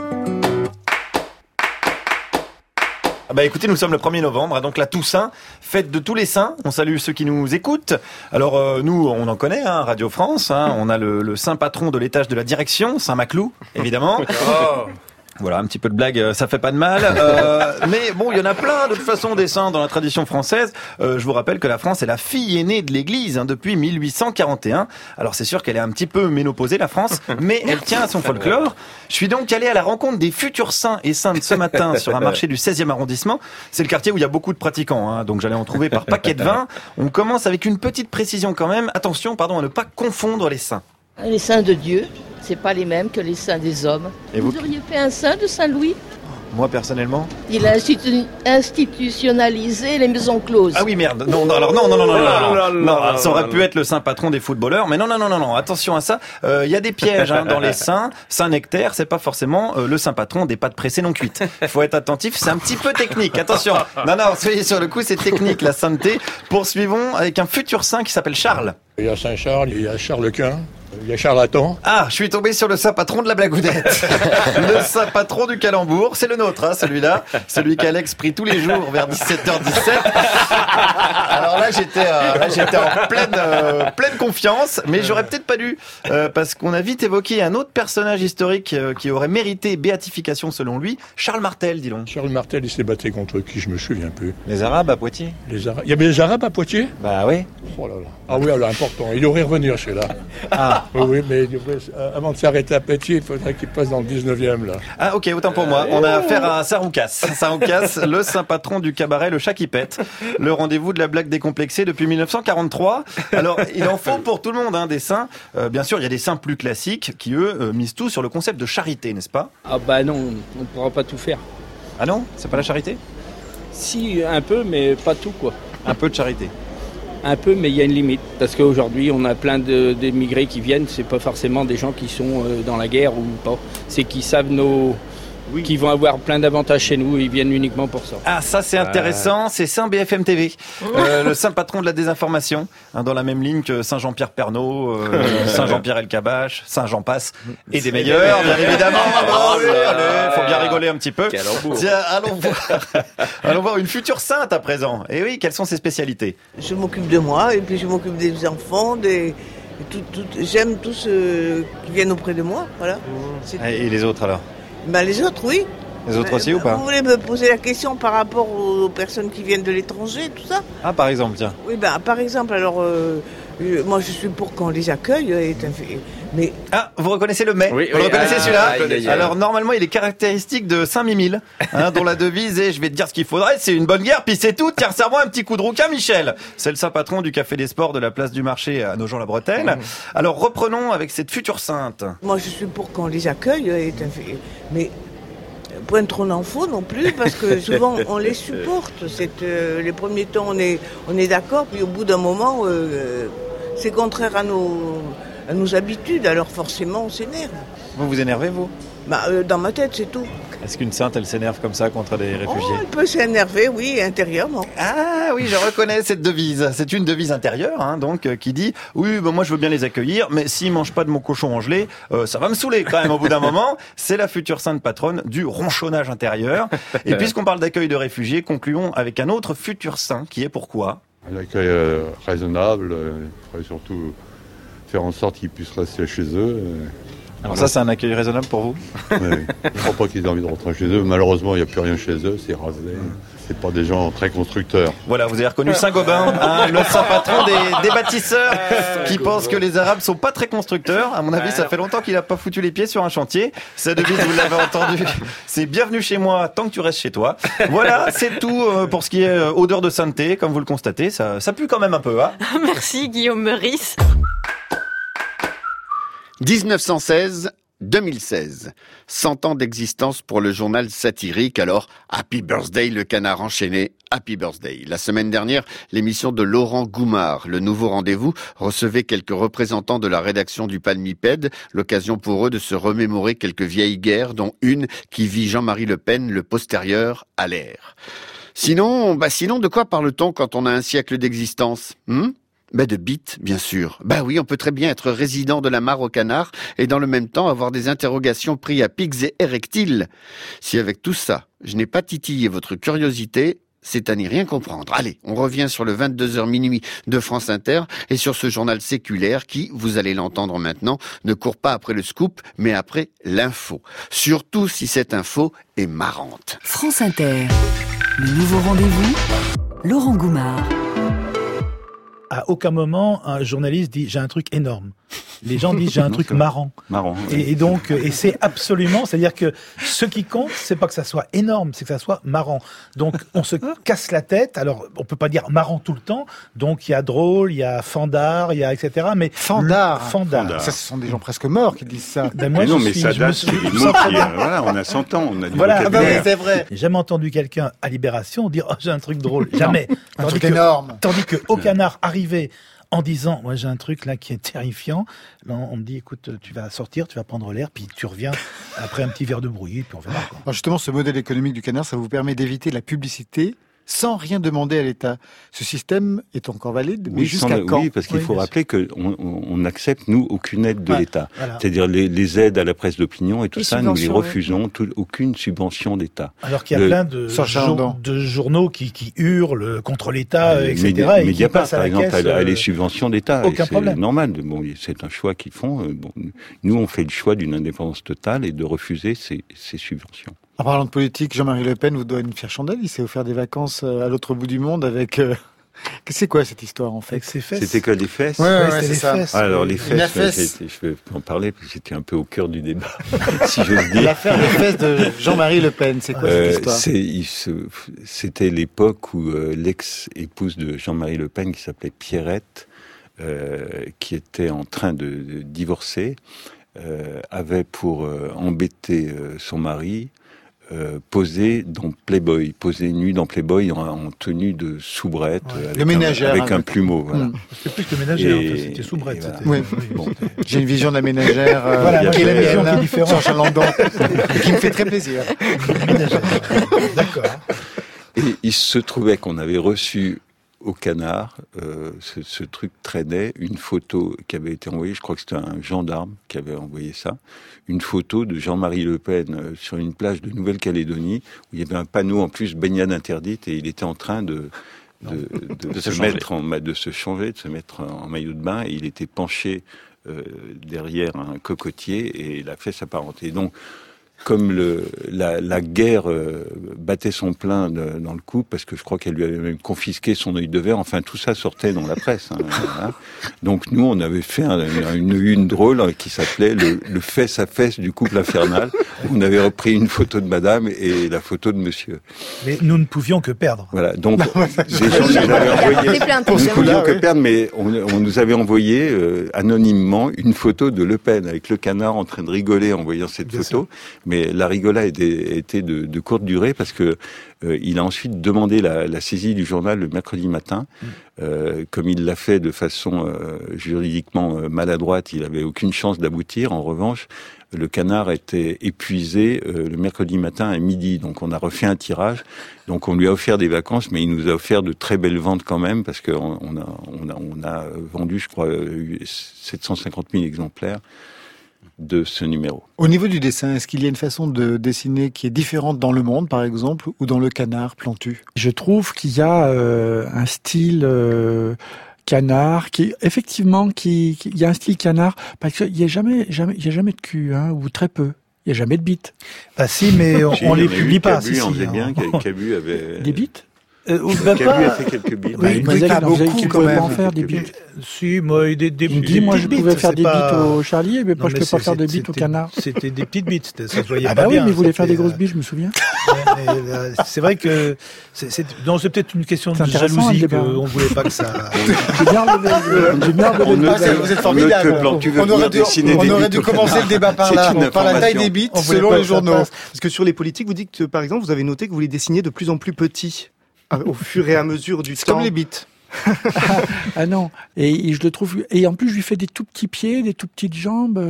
Bah écoutez, nous sommes le 1er novembre, donc la Toussaint, fête de tous les saints. On salue ceux qui nous écoutent. Alors nous, on en connaît, Radio France. On a le saint patron de l'étage de la direction, Saint Maclou, évidemment. Voilà, un petit peu de blague, ça fait pas de mal. Mais bon, il y en a plein de toute façon des saints dans la tradition française. Je vous rappelle que la France est la fille aînée de l'Église depuis 1841. Alors c'est sûr qu'elle est un petit peu ménopausée, la France, mais elle tient à son folklore. Je suis donc allé à la rencontre des futurs saints et saintes ce matin sur un marché du 16e arrondissement. C'est le quartier où il y a beaucoup de pratiquants, donc j'allais en trouver par paquet de vin. On commence avec une petite précision quand même. Attention, à ne pas confondre les saints. Les saints de Dieu, c'est pas les mêmes que les saints des hommes. Et vous auriez fait un saint de Saint-Louis ? Moi, personnellement. Il a institutionnalisé les maisons closes. Ah oui, merde. Non, ça aurait pu être le saint patron des footballeurs, mais non. Attention à ça. Il y a des pièges dans les saints. Saint-Nectaire, c'est pas forcément le saint patron des pâtes pressées non cuites. Il faut être attentif, c'est un petit peu technique. Attention. Non, soyez sur le coup, c'est technique, la sainteté. Poursuivons avec un futur saint qui s'appelle Charles. Il y a Saint-Charles, il y a Charles Quint, il y a Charlatan. Ah, je suis tombé sur le saint patron de la blagoudette. Le saint patron du calembour, c'est le nôtre, celui-là. Celui qu'Alex prie tous les jours vers 17h17. Alors là, j'étais en pleine confiance, mais j'aurais peut-être pas dû, parce qu'on a vite évoqué un autre personnage historique qui aurait mérité béatification selon lui, Charles Martel, dis donc. Charles Martel, il s'est battu contre qui, je me souviens plus. Les Arabes à Poitiers. Les Arabes. Il y avait les Arabes à Poitiers ? Bah oui. Oh là là. Ah oui, alors important. Il devrait revenir celui-là. Ah. Oui, mais avant de s'arrêter à Poitiers, il faudrait qu'il passe dans le 19e là. Ah ok, autant pour moi. On a affaire à Saroukas. Saroukas, le saint patron du cabaret Le Chat qui pète. Le rendez-vous de la blague décomplexée depuis 1943. Alors, il en faut pour tout le monde des saints. Bien sûr, il y a des saints plus classiques qui, eux, misent tout sur le concept de charité, n'est-ce pas ? Ah bah non, on ne pourra pas tout faire. Ah non ? C'est pas la charité ? Si, un peu, mais pas tout, quoi. Un peu de charité. Un peu, mais il y a une limite. Parce qu'aujourd'hui, on a plein d'émigrés qui viennent. C'est pas forcément des gens qui sont dans la guerre ou pas. C'est qui savent qui vont avoir plein d'avantages chez nous. Ils viennent uniquement pour ça. Ah, ça c'est intéressant. C'est Saint BFM TV. Le saint patron de la désinformation. Dans la même ligne que Saint Jean-Pierre Pernaut, Saint Jean-Pierre Elkabbach, Saint Jean Passe. Et des meilleurs, bien évidemment. Allez, faut bien rigoler un petit peu. Tiens, allons voir une future sainte à présent. Et oui, quelles sont ses spécialités ? Je m'occupe de moi et puis je m'occupe des enfants, j'aime tous ceux qui viennent auprès de moi, voilà. Et les autres alors ? Les autres, oui. Les autres aussi ou pas ? Vous voulez me poser la question par rapport aux personnes qui viennent de l'étranger, tout ça ? Ah, par exemple, tiens. Oui, par exemple, alors, moi je suis pour qu'on les accueille, mais... Ah, vous reconnaissez le mais ? Oui, vous reconnaissez celui-là ? Alors, normalement, il est caractéristique de Saint-Mimile, dont la devise est « Je vais te dire ce qu'il faudrait, c'est une bonne guerre, puis c'est tout, tiens, serre-moi un petit coup de rouquin, Michel !» C'est le saint patron du Café des Sports de la place du Marché à Nogent-la-Bretelle. Alors, reprenons avec cette future sainte. Moi, je suis pour qu'on les accueille, mais... Point trop n'en faut non plus, parce que souvent on les supporte. Les premiers temps on est d'accord, puis au bout d'un moment c'est contraire à nos habitudes, alors forcément on s'énerve. Vous vous énervez vous ? Dans ma tête c'est tout. Est-ce qu'une sainte elle s'énerve comme ça contre des réfugiés ? Elle peut s'énerver, oui, intérieurement. Ah oui, je reconnais cette devise. C'est une devise intérieure, donc qui dit oui, moi je veux bien les accueillir, mais s'ils mangent pas de mon cochon en gelée, ça va me saouler quand même au bout d'un moment. C'est la future sainte patronne du ronchonnage intérieur. Et puisqu'on parle d'accueil de réfugiés, concluons avec un autre futur saint qui est pourquoi ? Un accueil raisonnable, il faudrait surtout faire en sorte qu'ils puissent rester chez eux. Alors ça, c'est un accueil raisonnable pour vous ? Oui. Je ne crois pas qu'ils aient envie de rentrer chez eux. Malheureusement, il n'y a plus rien chez eux, c'est rasé. C'est pas des gens très constructeurs. Voilà, vous avez reconnu Saint-Gobain, le saint patron des bâtisseurs, qui pense que les Arabes sont pas très constructeurs. À mon avis, ça fait longtemps qu'il a pas foutu les pieds sur un chantier. Sa devise, vous l'avez entendu, c'est bienvenue chez moi tant que tu restes chez toi. Voilà, c'est tout pour ce qui est odeur de sainteté, comme vous le constatez. Ça pue quand même un peu, hein. Merci Guillaume Meurice. 1916-2016. 100 ans d'existence pour le journal satirique. Alors, Happy Birthday, le canard enchaîné. Happy Birthday. La semaine dernière, l'émission de Laurent Goumard, Le Nouveau Rendez-vous, recevait quelques représentants de la rédaction du Palmipède. L'occasion pour eux de se remémorer quelques vieilles guerres, dont une qui vit Jean-Marie Le Pen, le postérieur, à l'air. Sinon, de quoi parle-t-on quand on a un siècle d'existence ? De bites, bien sûr. Oui, on peut très bien être résident de la mare au canard et dans le même temps avoir des interrogations prises à pics et érectiles. Si avec tout ça, je n'ai pas titillé votre curiosité, c'est à n'y rien comprendre. Allez, on revient sur le 22h minuit de France Inter et sur ce journal séculaire qui, vous allez l'entendre maintenant, ne court pas après le scoop, mais après l'info. Surtout si cette info est marrante. France Inter, le nouveau rendez-vous, Laurent Goumard. À aucun moment, un journaliste dit « j'ai un truc énorme ». les gens disent j'ai un truc marrant. Marrant. Et donc, et c'est absolument, c'est-à-dire que ce qui compte, c'est pas que ça soit énorme, c'est que ça soit marrant. Donc, on se casse la tête. Alors, on peut pas dire marrant tout le temps. Donc, il y a drôle, il y a fandard, il y a etc. Mais Fandard. Ça, Fandard. ce sont des gens presque morts qui disent ça. Ben moi, Mais non, je mais suis- ça je date, me c'est suis- des je me mots sens très qui, bien. voilà, on a 100 ans, on a du Voilà, vocabulaire. c'est vrai. J'ai jamais entendu quelqu'un à Libération dire oh, j'ai un truc drôle. Jamais. Un truc énorme. Tandis que au Canard arrivait en disant moi j'ai un truc là qui est terrifiant. Là, on me dit écoute tu vas sortir, tu vas prendre l'air, puis tu reviens après un petit verre de brouillis, puis on verra. Quoi. Alors justement, ce modèle économique du Canard, ça vous permet d'éviter la publicité sans rien demander à l'État. Ce système est encore valide, mais jusqu'à quand? Oui, parce qu'il faut rappeler qu'on n'accepte, nous, aucune aide de Ouais, l'État. voilà. C'est-à-dire les aides à la presse d'opinion et tout Les ça, nous les subventions, refusons, aucune subvention d'État. Alors qu'il y a plein de journaux qui hurlent contre l'État, etc. et qui Mediapart, passent à par la exemple, caisse. a les subventions d'État. Aucun problème. C'est normal. Bon, c'est un choix qu'ils font. Bon, nous, on fait le choix d'une indépendance totale et de refuser ces subventions. En parlant de politique, Jean-Marie Le Pen vous doit une fière chandelle. Il s'est offert des vacances à l'autre bout du monde avec... C'est quoi cette histoire en fait? Avec ses fesses. C'était que les fesses. Ouais, c'est ça. Alors les La fesses, fesse. je vais en parler parce que j'étais un peu au cœur du débat, si j'ose dire. L'affaire des fesses de Jean-Marie Le Pen, c'est quoi cette histoire? C'était l'époque où l'ex-épouse de Jean-Marie Le Pen, qui s'appelait Pierrette, qui était en train de divorcer, avait pour embêter son mari posé dans Playboy, posé nu dans Playboy en tenue de soubrette, avec un plumeau. Voilà. C'était plus que ménagère, en fait, c'était soubrette. Oui. J'ai une vision de la ménagère voilà, qui est la vision mienne, qui est différente. Jean Landon, qui me fait très plaisir. D'accord. Et il se trouvait qu'on avait reçu au Canard, ce truc traînait, une photo qui avait été envoyée, je crois que c'était un gendarme qui avait envoyé ça, une photo de Jean-Marie Le Pen sur une plage de Nouvelle-Calédonie, où il y avait un panneau en plus baignade interdite, et il était en train de se changer, de se mettre en maillot de bain, et il était penché derrière un cocotier, et la fesse apparentée. Donc, comme la guerre battait son plein dans le couple, parce que je crois qu'elle lui avait même confisqué son œil de verre, enfin tout ça sortait dans la presse. Voilà. Donc nous, on avait fait une drôle qui s'appelait le fesse à fesse du couple infernal. On avait repris une photo de madame et la photo de monsieur. Mais nous ne pouvions que perdre. Voilà, donc les gens nous avaient envoyé... Nous ne pouvions que perdre, mais on nous avait envoyé anonymement une photo de Le Pen avec le Canard en train de rigoler en voyant cette photo. Mais la rigolade était de courte durée parce que il a ensuite demandé la saisie du journal le mercredi matin. Comme il l'a fait de façon juridiquement maladroite, il avait aucune chance d'aboutir. En revanche, le Canard était épuisé le mercredi matin à midi. Donc on a refait un tirage. Donc on lui a offert des vacances, mais il nous a offert de très belles ventes quand même parce qu'on a vendu, je crois, 750 000 exemplaires de ce numéro. Au niveau du dessin, est-ce qu'il y a une façon de dessiner qui est différente dans Le Monde, par exemple, ou dans Le Canard, Plantu? Je trouve qu'il y a un style Canard qui, effectivement, il y a un style Canard parce qu'il y a jamais de cul, hein, ou très peu. Il y a jamais de bites. Ah si, mais on les publie pas. Cabu, on faisait bien. Cabu avait des bites. Cabu a fait quelques bites. Oui, il pas beaucoup quand même. En faire des bites. Si, moi, des moi, je pouvais faire des pas... bites au Charlie, mais moi, je ne peux pas faire de bites au Canard. C'était des petites bites, ça se voyait pas bien. Ah bah oui, mais vous voulez faire des grosses bites, je me souviens. C'est vrai que c'est peut-être une question de jalousie qu'on ne voulait pas que ça... J'ai bien relevé. Vous êtes formidable. On aurait dû commencer le débat par là, par la taille des bites, selon les journaux. Parce que sur les politiques, vous dites que, par exemple, vous avez noté que vous les dessiniez de plus en plus petits au fur et à mesure du temps. Comme les bites. Ah non, et je le trouve, et en plus je lui fais des tout petits pieds, des tout petites jambes,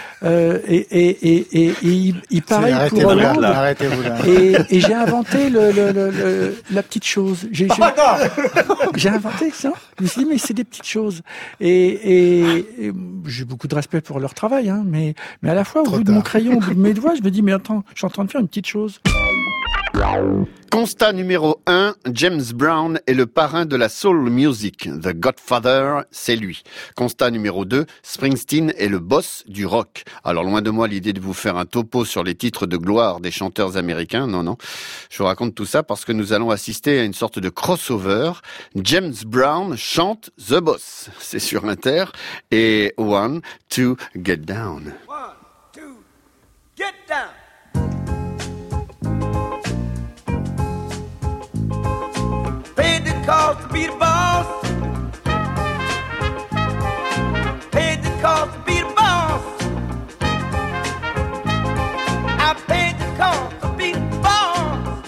et il paraît pour Hollande. Et j'ai inventé la petite chose. J'ai inventé ça. Je me suis dit mais c'est des petites choses. Et j'ai beaucoup de respect pour leur travail, hein, mais à la fois au bout de mon crayon, au bout de mes doigts, je me dis mais attends, je suis en train de faire une petite chose. Constat numéro 1, James Brown est le parrain de la soul music. The Godfather, c'est lui. Constat numéro 2, Springsteen est le boss du rock. Alors loin de moi l'idée de vous faire un topo sur les titres de gloire des chanteurs américains. Non. Je vous raconte tout ça parce que nous allons assister à une sorte de crossover. James Brown chante The Boss. C'est sur Inter. Et One, Two, Get Down. One, two, get down. Paid the cost to be the boss. Paid the cost to be the boss. I paid the cost to be the boss.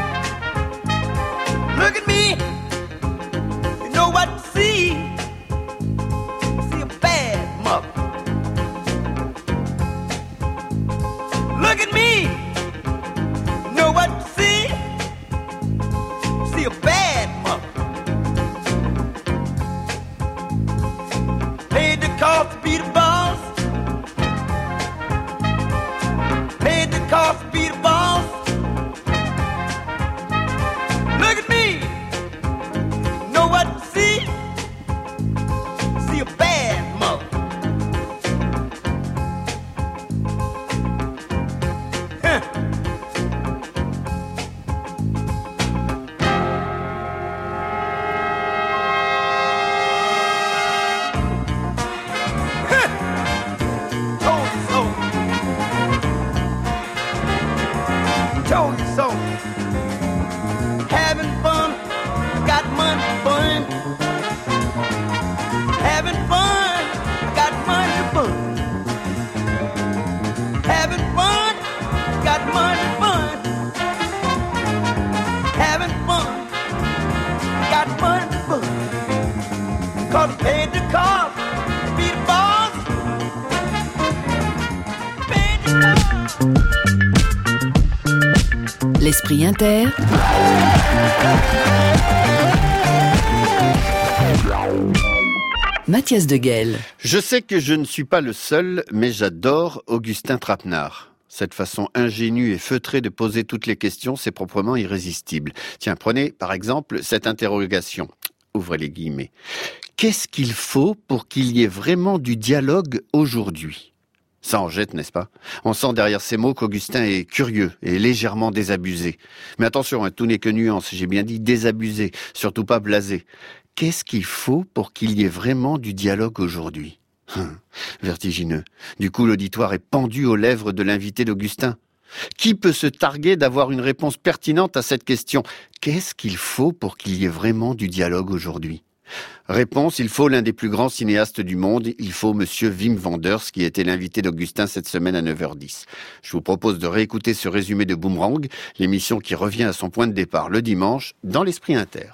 Look at me. You know what to see. See a bad mother. Look at me. You know what to see. See a bad mother. Paid the cost to be the boss. Paid the cost to be the boss. Look at me. Know what to see? See a bad mother. Huh. Told you so. Having fun, got money to burn. Having fun, got money to burn. Having fun, got money to burn. Having fun, got money to burn. 'Cause I paid the cost to be the boss. Paid the cost. L'Esprit Inter. Mathias Deguel. Je sais que je ne suis pas le seul, mais j'adore Augustin Trapenard. Cette façon ingénue et feutrée de poser toutes les questions, c'est proprement irrésistible. Tiens, prenez par exemple cette interrogation. Ouvrez les guillemets. Qu'est-ce qu'il faut pour qu'il y ait vraiment du dialogue aujourd'hui ? Ça en jette, n'est-ce pas ? On sent derrière ces mots qu'Augustin est curieux et légèrement désabusé. Mais attention, tout n'est que nuance, j'ai bien dit désabusé, surtout pas blasé. Qu'est-ce qu'il faut pour qu'il y ait vraiment du dialogue aujourd'hui ? Vertigineux. Du coup, l'auditoire est pendu aux lèvres de l'invité d'Augustin. Qui peut se targuer d'avoir une réponse pertinente à cette question ? Qu'est-ce qu'il faut pour qu'il y ait vraiment du dialogue aujourd'hui ? Réponse, il faut l'un des plus grands cinéastes du monde, il faut monsieur Wim Wenders qui était l'invité d'Augustin cette semaine à 9h10. Je vous propose de réécouter ce résumé de Boomerang, l'émission qui revient à son point de départ le dimanche dans l'Esprit Inter.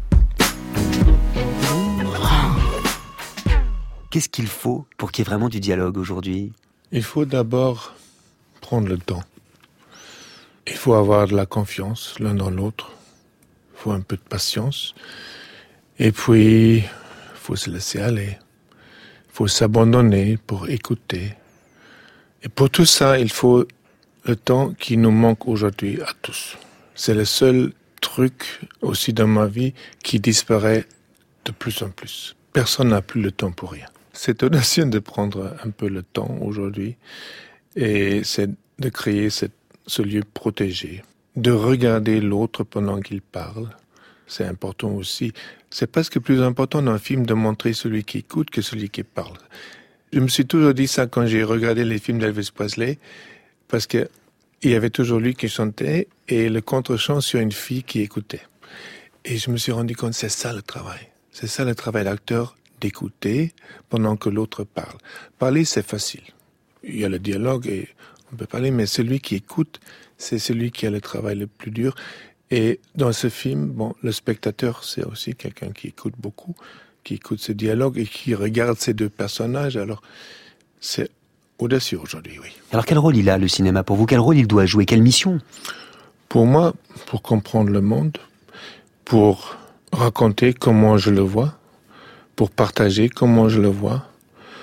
Qu'est-ce qu'il faut pour qu'il y ait vraiment du dialogue aujourd'hui ? Il faut d'abord prendre le temps. Il faut avoir de la confiance l'un dans l'autre. Il faut un peu de patience. Et puis, il faut se laisser aller. Il faut s'abandonner pour écouter. Et pour tout ça, il faut le temps qui nous manque aujourd'hui à tous. C'est le seul truc aussi dans ma vie qui disparaît de plus en plus. Personne n'a plus le temps pour rien. C'est audacieux de prendre un peu le temps aujourd'hui et c'est de créer ce lieu protégé, de regarder l'autre pendant qu'il parle. C'est important aussi. C'est presque plus important dans un film de montrer celui qui écoute que celui qui parle. Je me suis toujours dit ça quand j'ai regardé les films d'Elvis Presley, parce que il y avait toujours lui qui chantait et le contre-chant sur une fille qui écoutait. Et je me suis rendu compte, c'est ça le travail. C'est ça le travail d'acteur, d'écouter pendant que l'autre parle. Parler, c'est facile. Il y a le dialogue et on peut parler, mais celui qui écoute, c'est celui qui a le travail le plus dur. Et dans ce film, bon, le spectateur, c'est aussi quelqu'un qui écoute beaucoup, qui écoute ce dialogue et qui regarde ces deux personnages. Alors, c'est audacieux aujourd'hui, oui. Alors, quel rôle il a, le cinéma, pour vous ? Quel rôle il doit jouer ? Quelle mission ? Pour moi, pour comprendre le monde, pour raconter comment je le vois, pour partager comment je le vois,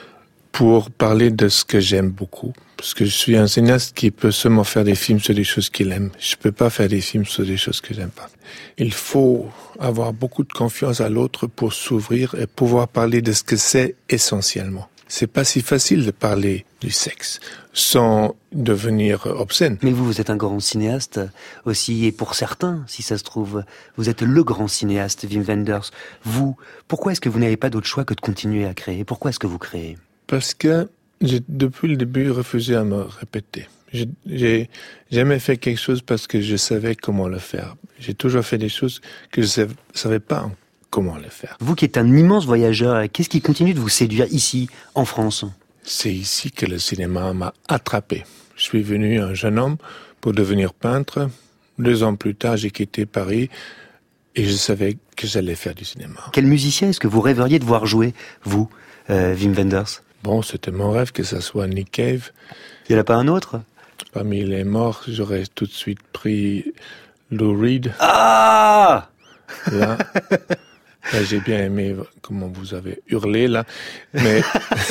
pour parler de ce que j'aime beaucoup. Parce que je suis un cinéaste qui peut seulement faire des films sur des choses qu'il aime. Je peux pas faire des films sur des choses que j'aime pas. Il faut avoir beaucoup de confiance à l'autre pour s'ouvrir et pouvoir parler de ce que c'est essentiellement. C'est pas si facile de parler du sexe sans devenir obscène. Mais vous êtes un grand cinéaste aussi, et pour certains, si ça se trouve, vous êtes le grand cinéaste, Wim Wenders. Vous, pourquoi est-ce que vous n'avez pas d'autre choix que de continuer à créer? Pourquoi est-ce que vous créez? Parce que j'ai depuis le début refusé à me répéter. J'ai jamais fait quelque chose parce que je savais comment le faire. J'ai toujours fait des choses que je savais pas comment le faire. Vous qui êtes un immense voyageur, qu'est-ce qui continue de vous séduire ici, en France? C'est ici que le cinéma m'a attrapé. Je suis venu un jeune homme pour devenir peintre. 2 ans plus tard, j'ai quitté Paris et je savais que j'allais faire du cinéma. Quel musicien est-ce que vous rêveriez de voir jouer, vous, Wim Wenders? Bon, c'était mon rêve que ça soit Nick Cave. Il n'y en a pas un autre? Parmi les morts, j'aurais tout de suite pris Lou Reed. Ah! Là, j'ai bien aimé comment vous avez hurlé là, mais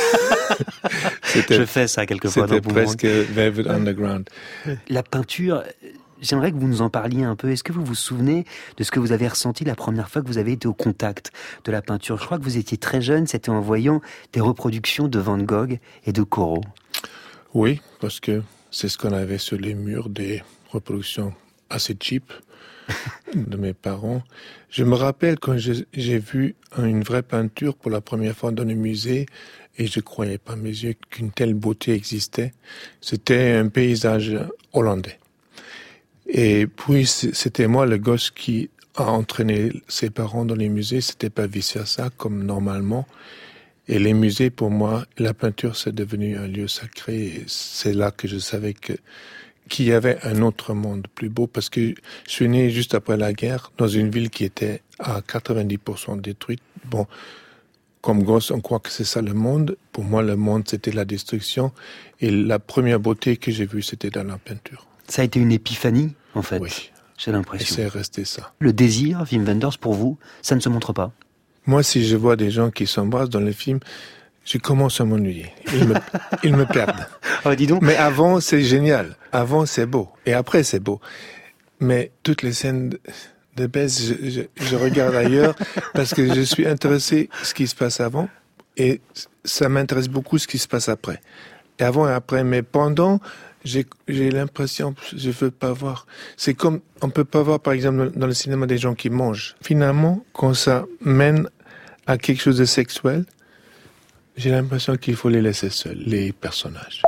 je fais ça quelquefois. C'était presque Velvet Underground. La peinture, j'aimerais que vous nous en parliez un peu. Est-ce que vous vous souvenez de ce que vous avez ressenti la première fois que vous avez été au contact de la peinture? Je crois que vous étiez très jeune, c'était en voyant des reproductions de Van Gogh et de Corot. Oui, parce que c'est ce qu'on avait sur les murs, des reproductions assez cheap de mes parents. Je me rappelle quand j'ai vu une vraie peinture pour la première fois dans le musée et je croyais pas mes yeux qu'une telle beauté existait. C'était un paysage hollandais. Et puis c'était moi le gosse qui a entraîné ses parents dans les musées, c'était pas vice-versa comme normalement. Et les musées, pour moi, la peinture, c'est devenu un lieu sacré. Et c'est là que je savais qu'il y avait un autre monde plus beau, parce que je suis né juste après la guerre, dans une ville qui était à 90% détruite. Bon, comme gosse, on croit que c'est ça le monde. Pour moi, le monde, c'était la destruction. Et la première beauté que j'ai vue, c'était dans la peinture. Ça a été une épiphanie, en fait. Oui. J'ai l'impression. Et c'est resté ça. Le désir, Wim Wenders, pour vous, ça ne se montre pas? Moi, si je vois des gens qui s'embrassent dans les films, je commence à m'ennuyer. Ils me perdent. Ah, dis donc. Mais avant, c'est génial. Avant, c'est beau. Et après, c'est beau. Mais toutes les scènes de baise, je regarde ailleurs parce que je suis intéressé à ce qui se passe avant et ça m'intéresse beaucoup ce qui se passe après. Et avant et après, mais pendant, j'ai l'impression, je veux pas voir. C'est comme, on peut pas voir, par exemple, dans le cinéma, des gens qui mangent. Finalement, quand ça mène à quelque chose de sexuel, j'ai l'impression qu'il faut les laisser seuls, les personnages.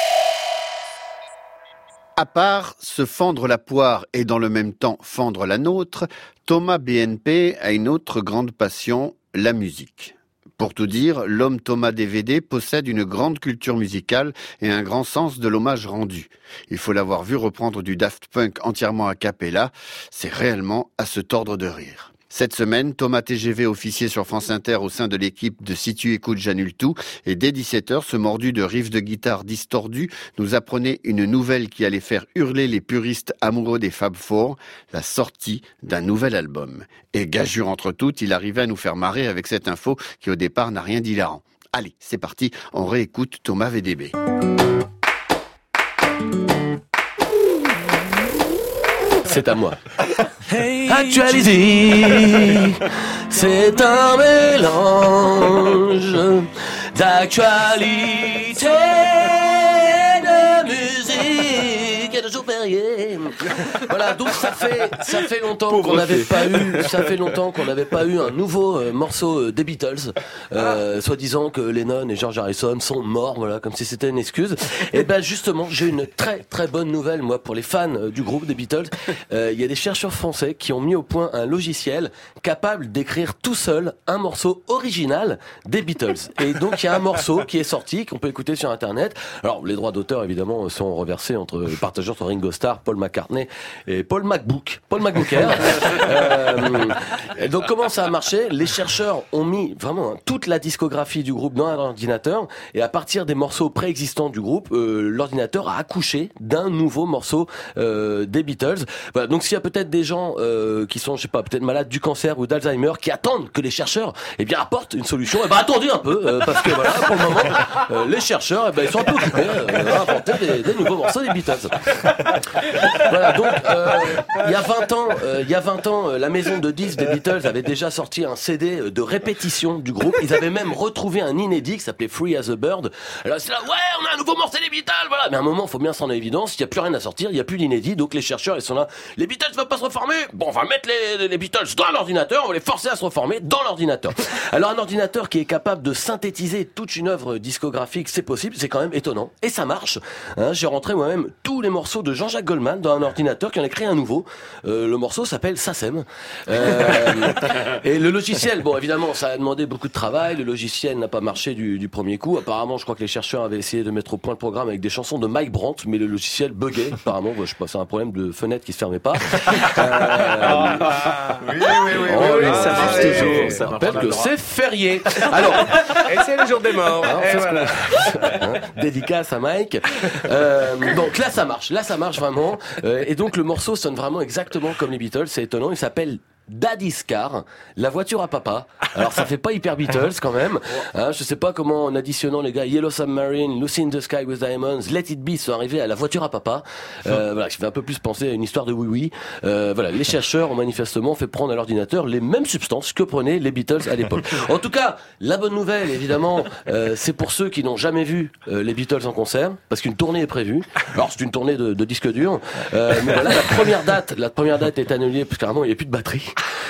À part se fendre la poire et dans le même temps fendre la nôtre, Thomas BNP a une autre grande passion, la musique. Pour tout dire, l'homme Thomas DVD possède une grande culture musicale et un grand sens de l'hommage rendu. Il faut l'avoir vu reprendre du Daft Punk entièrement a cappella, c'est réellement à se tordre de rire. Cette semaine, Thomas TGV officier sur France Inter au sein de l'équipe de Si tu écoutes, j'annule tout. Et dès 17h, ce mordu de riffs de guitare distordus nous apprenait une nouvelle qui allait faire hurler les puristes amoureux des Fab Four, la sortie d'un nouvel album. Et gageure entre toutes, il arrivait à nous faire marrer avec cette info qui au départ n'a rien d'hilarant. Allez, c'est parti, on réécoute Thomas VDB. C'est à moi. Actualité, c'est un mélange d'actualité, de musique et de jours fériés. Voilà, donc ça fait longtemps qu'on n'avait pas eu un nouveau morceau des Beatles, soi-disant que Lennon et George Harrison sont morts, voilà, comme si c'était une excuse. Et ben justement, j'ai une très très bonne nouvelle, moi, pour les fans du groupe des Beatles. Il y a des chercheurs français qui ont mis au point un logiciel capable d'écrire tout seul un morceau original des Beatles. Et donc il y a un morceau qui est sorti, qu'on peut écouter sur Internet. Alors les droits d'auteur évidemment sont reversés entre les partageurs entre Ringo Starr, Paul McCartney et Paul McBooker. Et donc comment ça a marché? Les chercheurs ont mis vraiment toute la discographie du groupe dans un ordinateur, et à partir des morceaux préexistants du groupe, l'ordinateur a accouché d'un nouveau morceau des Beatles. Voilà, donc s'il y a peut-être des gens qui sont, je sais pas, peut-être malades du cancer ou d'Alzheimer, qui attendent que les chercheurs apportent une solution, attendez un peu, parce que voilà, pour le moment, les chercheurs, ils sont un peu occupés à inventer des nouveaux morceaux des Beatles. Voilà, donc il y a 20 ans, la maison de disques des Beatles avait déjà sorti un CD de répétition du groupe. Ils avaient même retrouvé un inédit qui s'appelait Free as a Bird. Alors c'est là, ouais, on a un nouveau morceau des Beatles, voilà. Mais à un moment, faut bien s'en en évidence, il n'y a plus rien à sortir, il n'y a plus d'inédit, donc les chercheurs, ils sont là, les Beatles ne vont pas se reformer, bon, on va mettre les Beatles dans l'ordinateur, on va les forcer à se reformer dans l'ordinateur. Alors un ordinateur qui est capable de synthétiser toute une œuvre discographique, c'est possible, c'est quand même étonnant, et ça marche. J'ai rentré moi-même tous les morceaux de Jean-Jacques Goldman dans un ordinateur qui en a créé un nouveau. Le morceau s'appelle SACEM. Et le logiciel, bon évidemment, ça a demandé beaucoup de travail, le logiciel n'a pas marché du premier coup. Apparemment, je crois que les chercheurs avaient essayé de mettre au point le programme avec des chansons de Mike Brandt, mais le logiciel buguait, apparemment, je sais pas, c'est un problème de fenêtre qui se fermait pas. Oui, ça marche toujours. Ça rappelle que c'est férié. Alors, et c'est le jour des morts. Et voilà. Dédicace à Mike. Donc là, ça marche vraiment. Et donc le morceau sonne vraiment exactement comme les Beatles. C'est étonnant. Il s'appelle Daddy's Car, la voiture à papa. Alors ça fait pas hyper Beatles quand même. Je sais pas comment en additionnant les gars Yellow Submarine, Lucy in the Sky with Diamonds, Let It Be sont arrivés à la voiture à papa. Voilà, qui fait un peu plus penser à une histoire de oui-oui. Voilà, les chercheurs ont manifestement fait prendre à l'ordinateur les mêmes substances que prenaient les Beatles à l'époque. En tout cas, la bonne nouvelle évidemment, c'est pour ceux qui n'ont jamais vu les Beatles en concert, parce qu'une tournée est prévue. Alors c'est une tournée de disques durs. Mais voilà, la première date est annulée parce qu'apparemment il n'y a plus de batterie.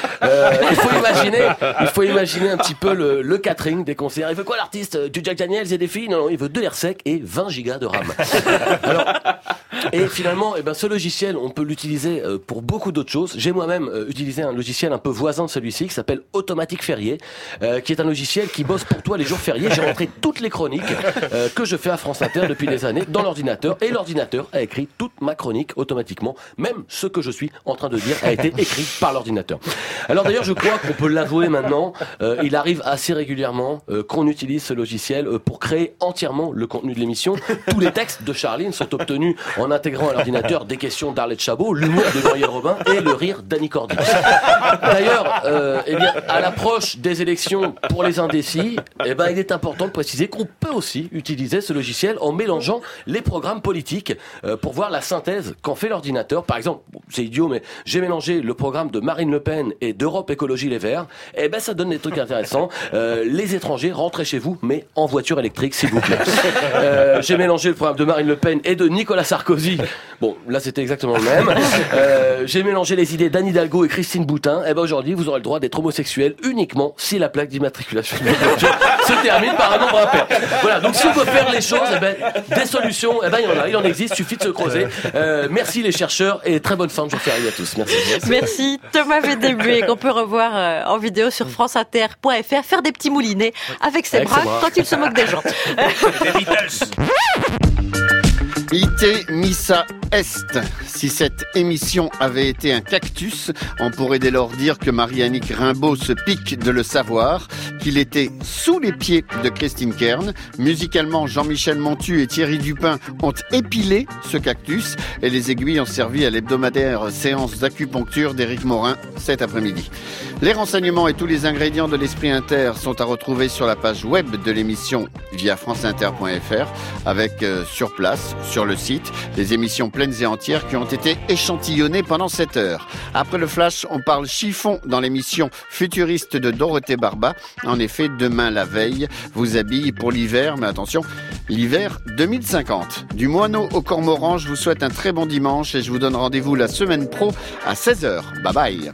Il faut imaginer un petit peu le catering des concerts. Il veut quoi l'artiste? Du Jack Daniels et des filles? Non, il veut de l'air sec et 20 gigas de RAM. Alors, et finalement, ce logiciel, on peut l'utiliser pour beaucoup d'autres choses. J'ai moi-même utilisé un logiciel un peu voisin de celui-ci qui s'appelle Automatique Férié, qui est un logiciel qui bosse pour toi les jours fériés. J'ai rentré toutes les chroniques que je fais à France Inter depuis des années dans l'ordinateur, et l'ordinateur a écrit toute ma chronique automatiquement. Même ce que je suis en train de dire a été écrit par l'ordinateur. Alors d'ailleurs, je crois qu'on peut l'avouer maintenant, il arrive assez régulièrement qu'on utilise ce logiciel pour créer entièrement le contenu de l'émission. Tous les textes de Charline sont obtenus en intégrant à l'ordinateur des questions d'Arlette Chabot, l'humour de Gabriel Robin et le rire d'Annie Cordy. D'ailleurs, à l'approche des élections pour les indécis, il est important de préciser qu'on peut aussi utiliser ce logiciel en mélangeant les programmes politiques pour voir la synthèse qu'en fait l'ordinateur. Par exemple, c'est idiot, mais j'ai mélangé le programme de Marine Le Pen et d'Europe Écologie Les Verts. Ça donne des trucs intéressants. Les étrangers, rentrez chez vous, mais en voiture électrique, s'il vous plaît. J'ai mélangé le programme de Marine Le Pen et de Nicolas Sarkozy. Bon, là, c'était exactement le même. J'ai mélangé les idées d'Anne Hidalgo et Christine Boutin. Aujourd'hui, vous aurez le droit d'être homosexuel uniquement si la plaque d'immatriculation de votre voiture se termine par un nombre impair. Voilà, donc si on veut faire les choses, des solutions, il en existe, suffit de se creuser. Merci les chercheurs et très bonne fin de jour férié à tous. Merci. Merci Thomas Védébué, qu'on peut revoir en vidéo sur franceinter.fr, faire des petits moulinets avec ses bras quand il se moque des gens. Ite missa est. Si cette émission avait été un cactus, on pourrait dès lors dire que Marie-Annick Rimbaud se pique de le savoir, qu'il était sous les pieds de Christine Kern. Musicalement, Jean-Michel Montu et Thierry Dupin ont épilé ce cactus et les aiguilles ont servi à l'hebdomadaire séance d'acupuncture d'Éric Morin cet après-midi. Les renseignements et tous les ingrédients de l'Esprit Inter sont à retrouver sur la page web de l'émission via franceinter.fr avec sur place, sur le site, les émissions pleines et entières qui ont été échantillonnées pendant 7 heures. Après le flash, on parle chiffon dans l'émission futuriste de Dorothée Barba. En effet, demain la veille vous habille pour l'hiver, mais attention, l'hiver 2050. Du moineau au cormoran, je vous souhaite un très bon dimanche et je vous donne rendez-vous la semaine pro à 16h. Bye bye.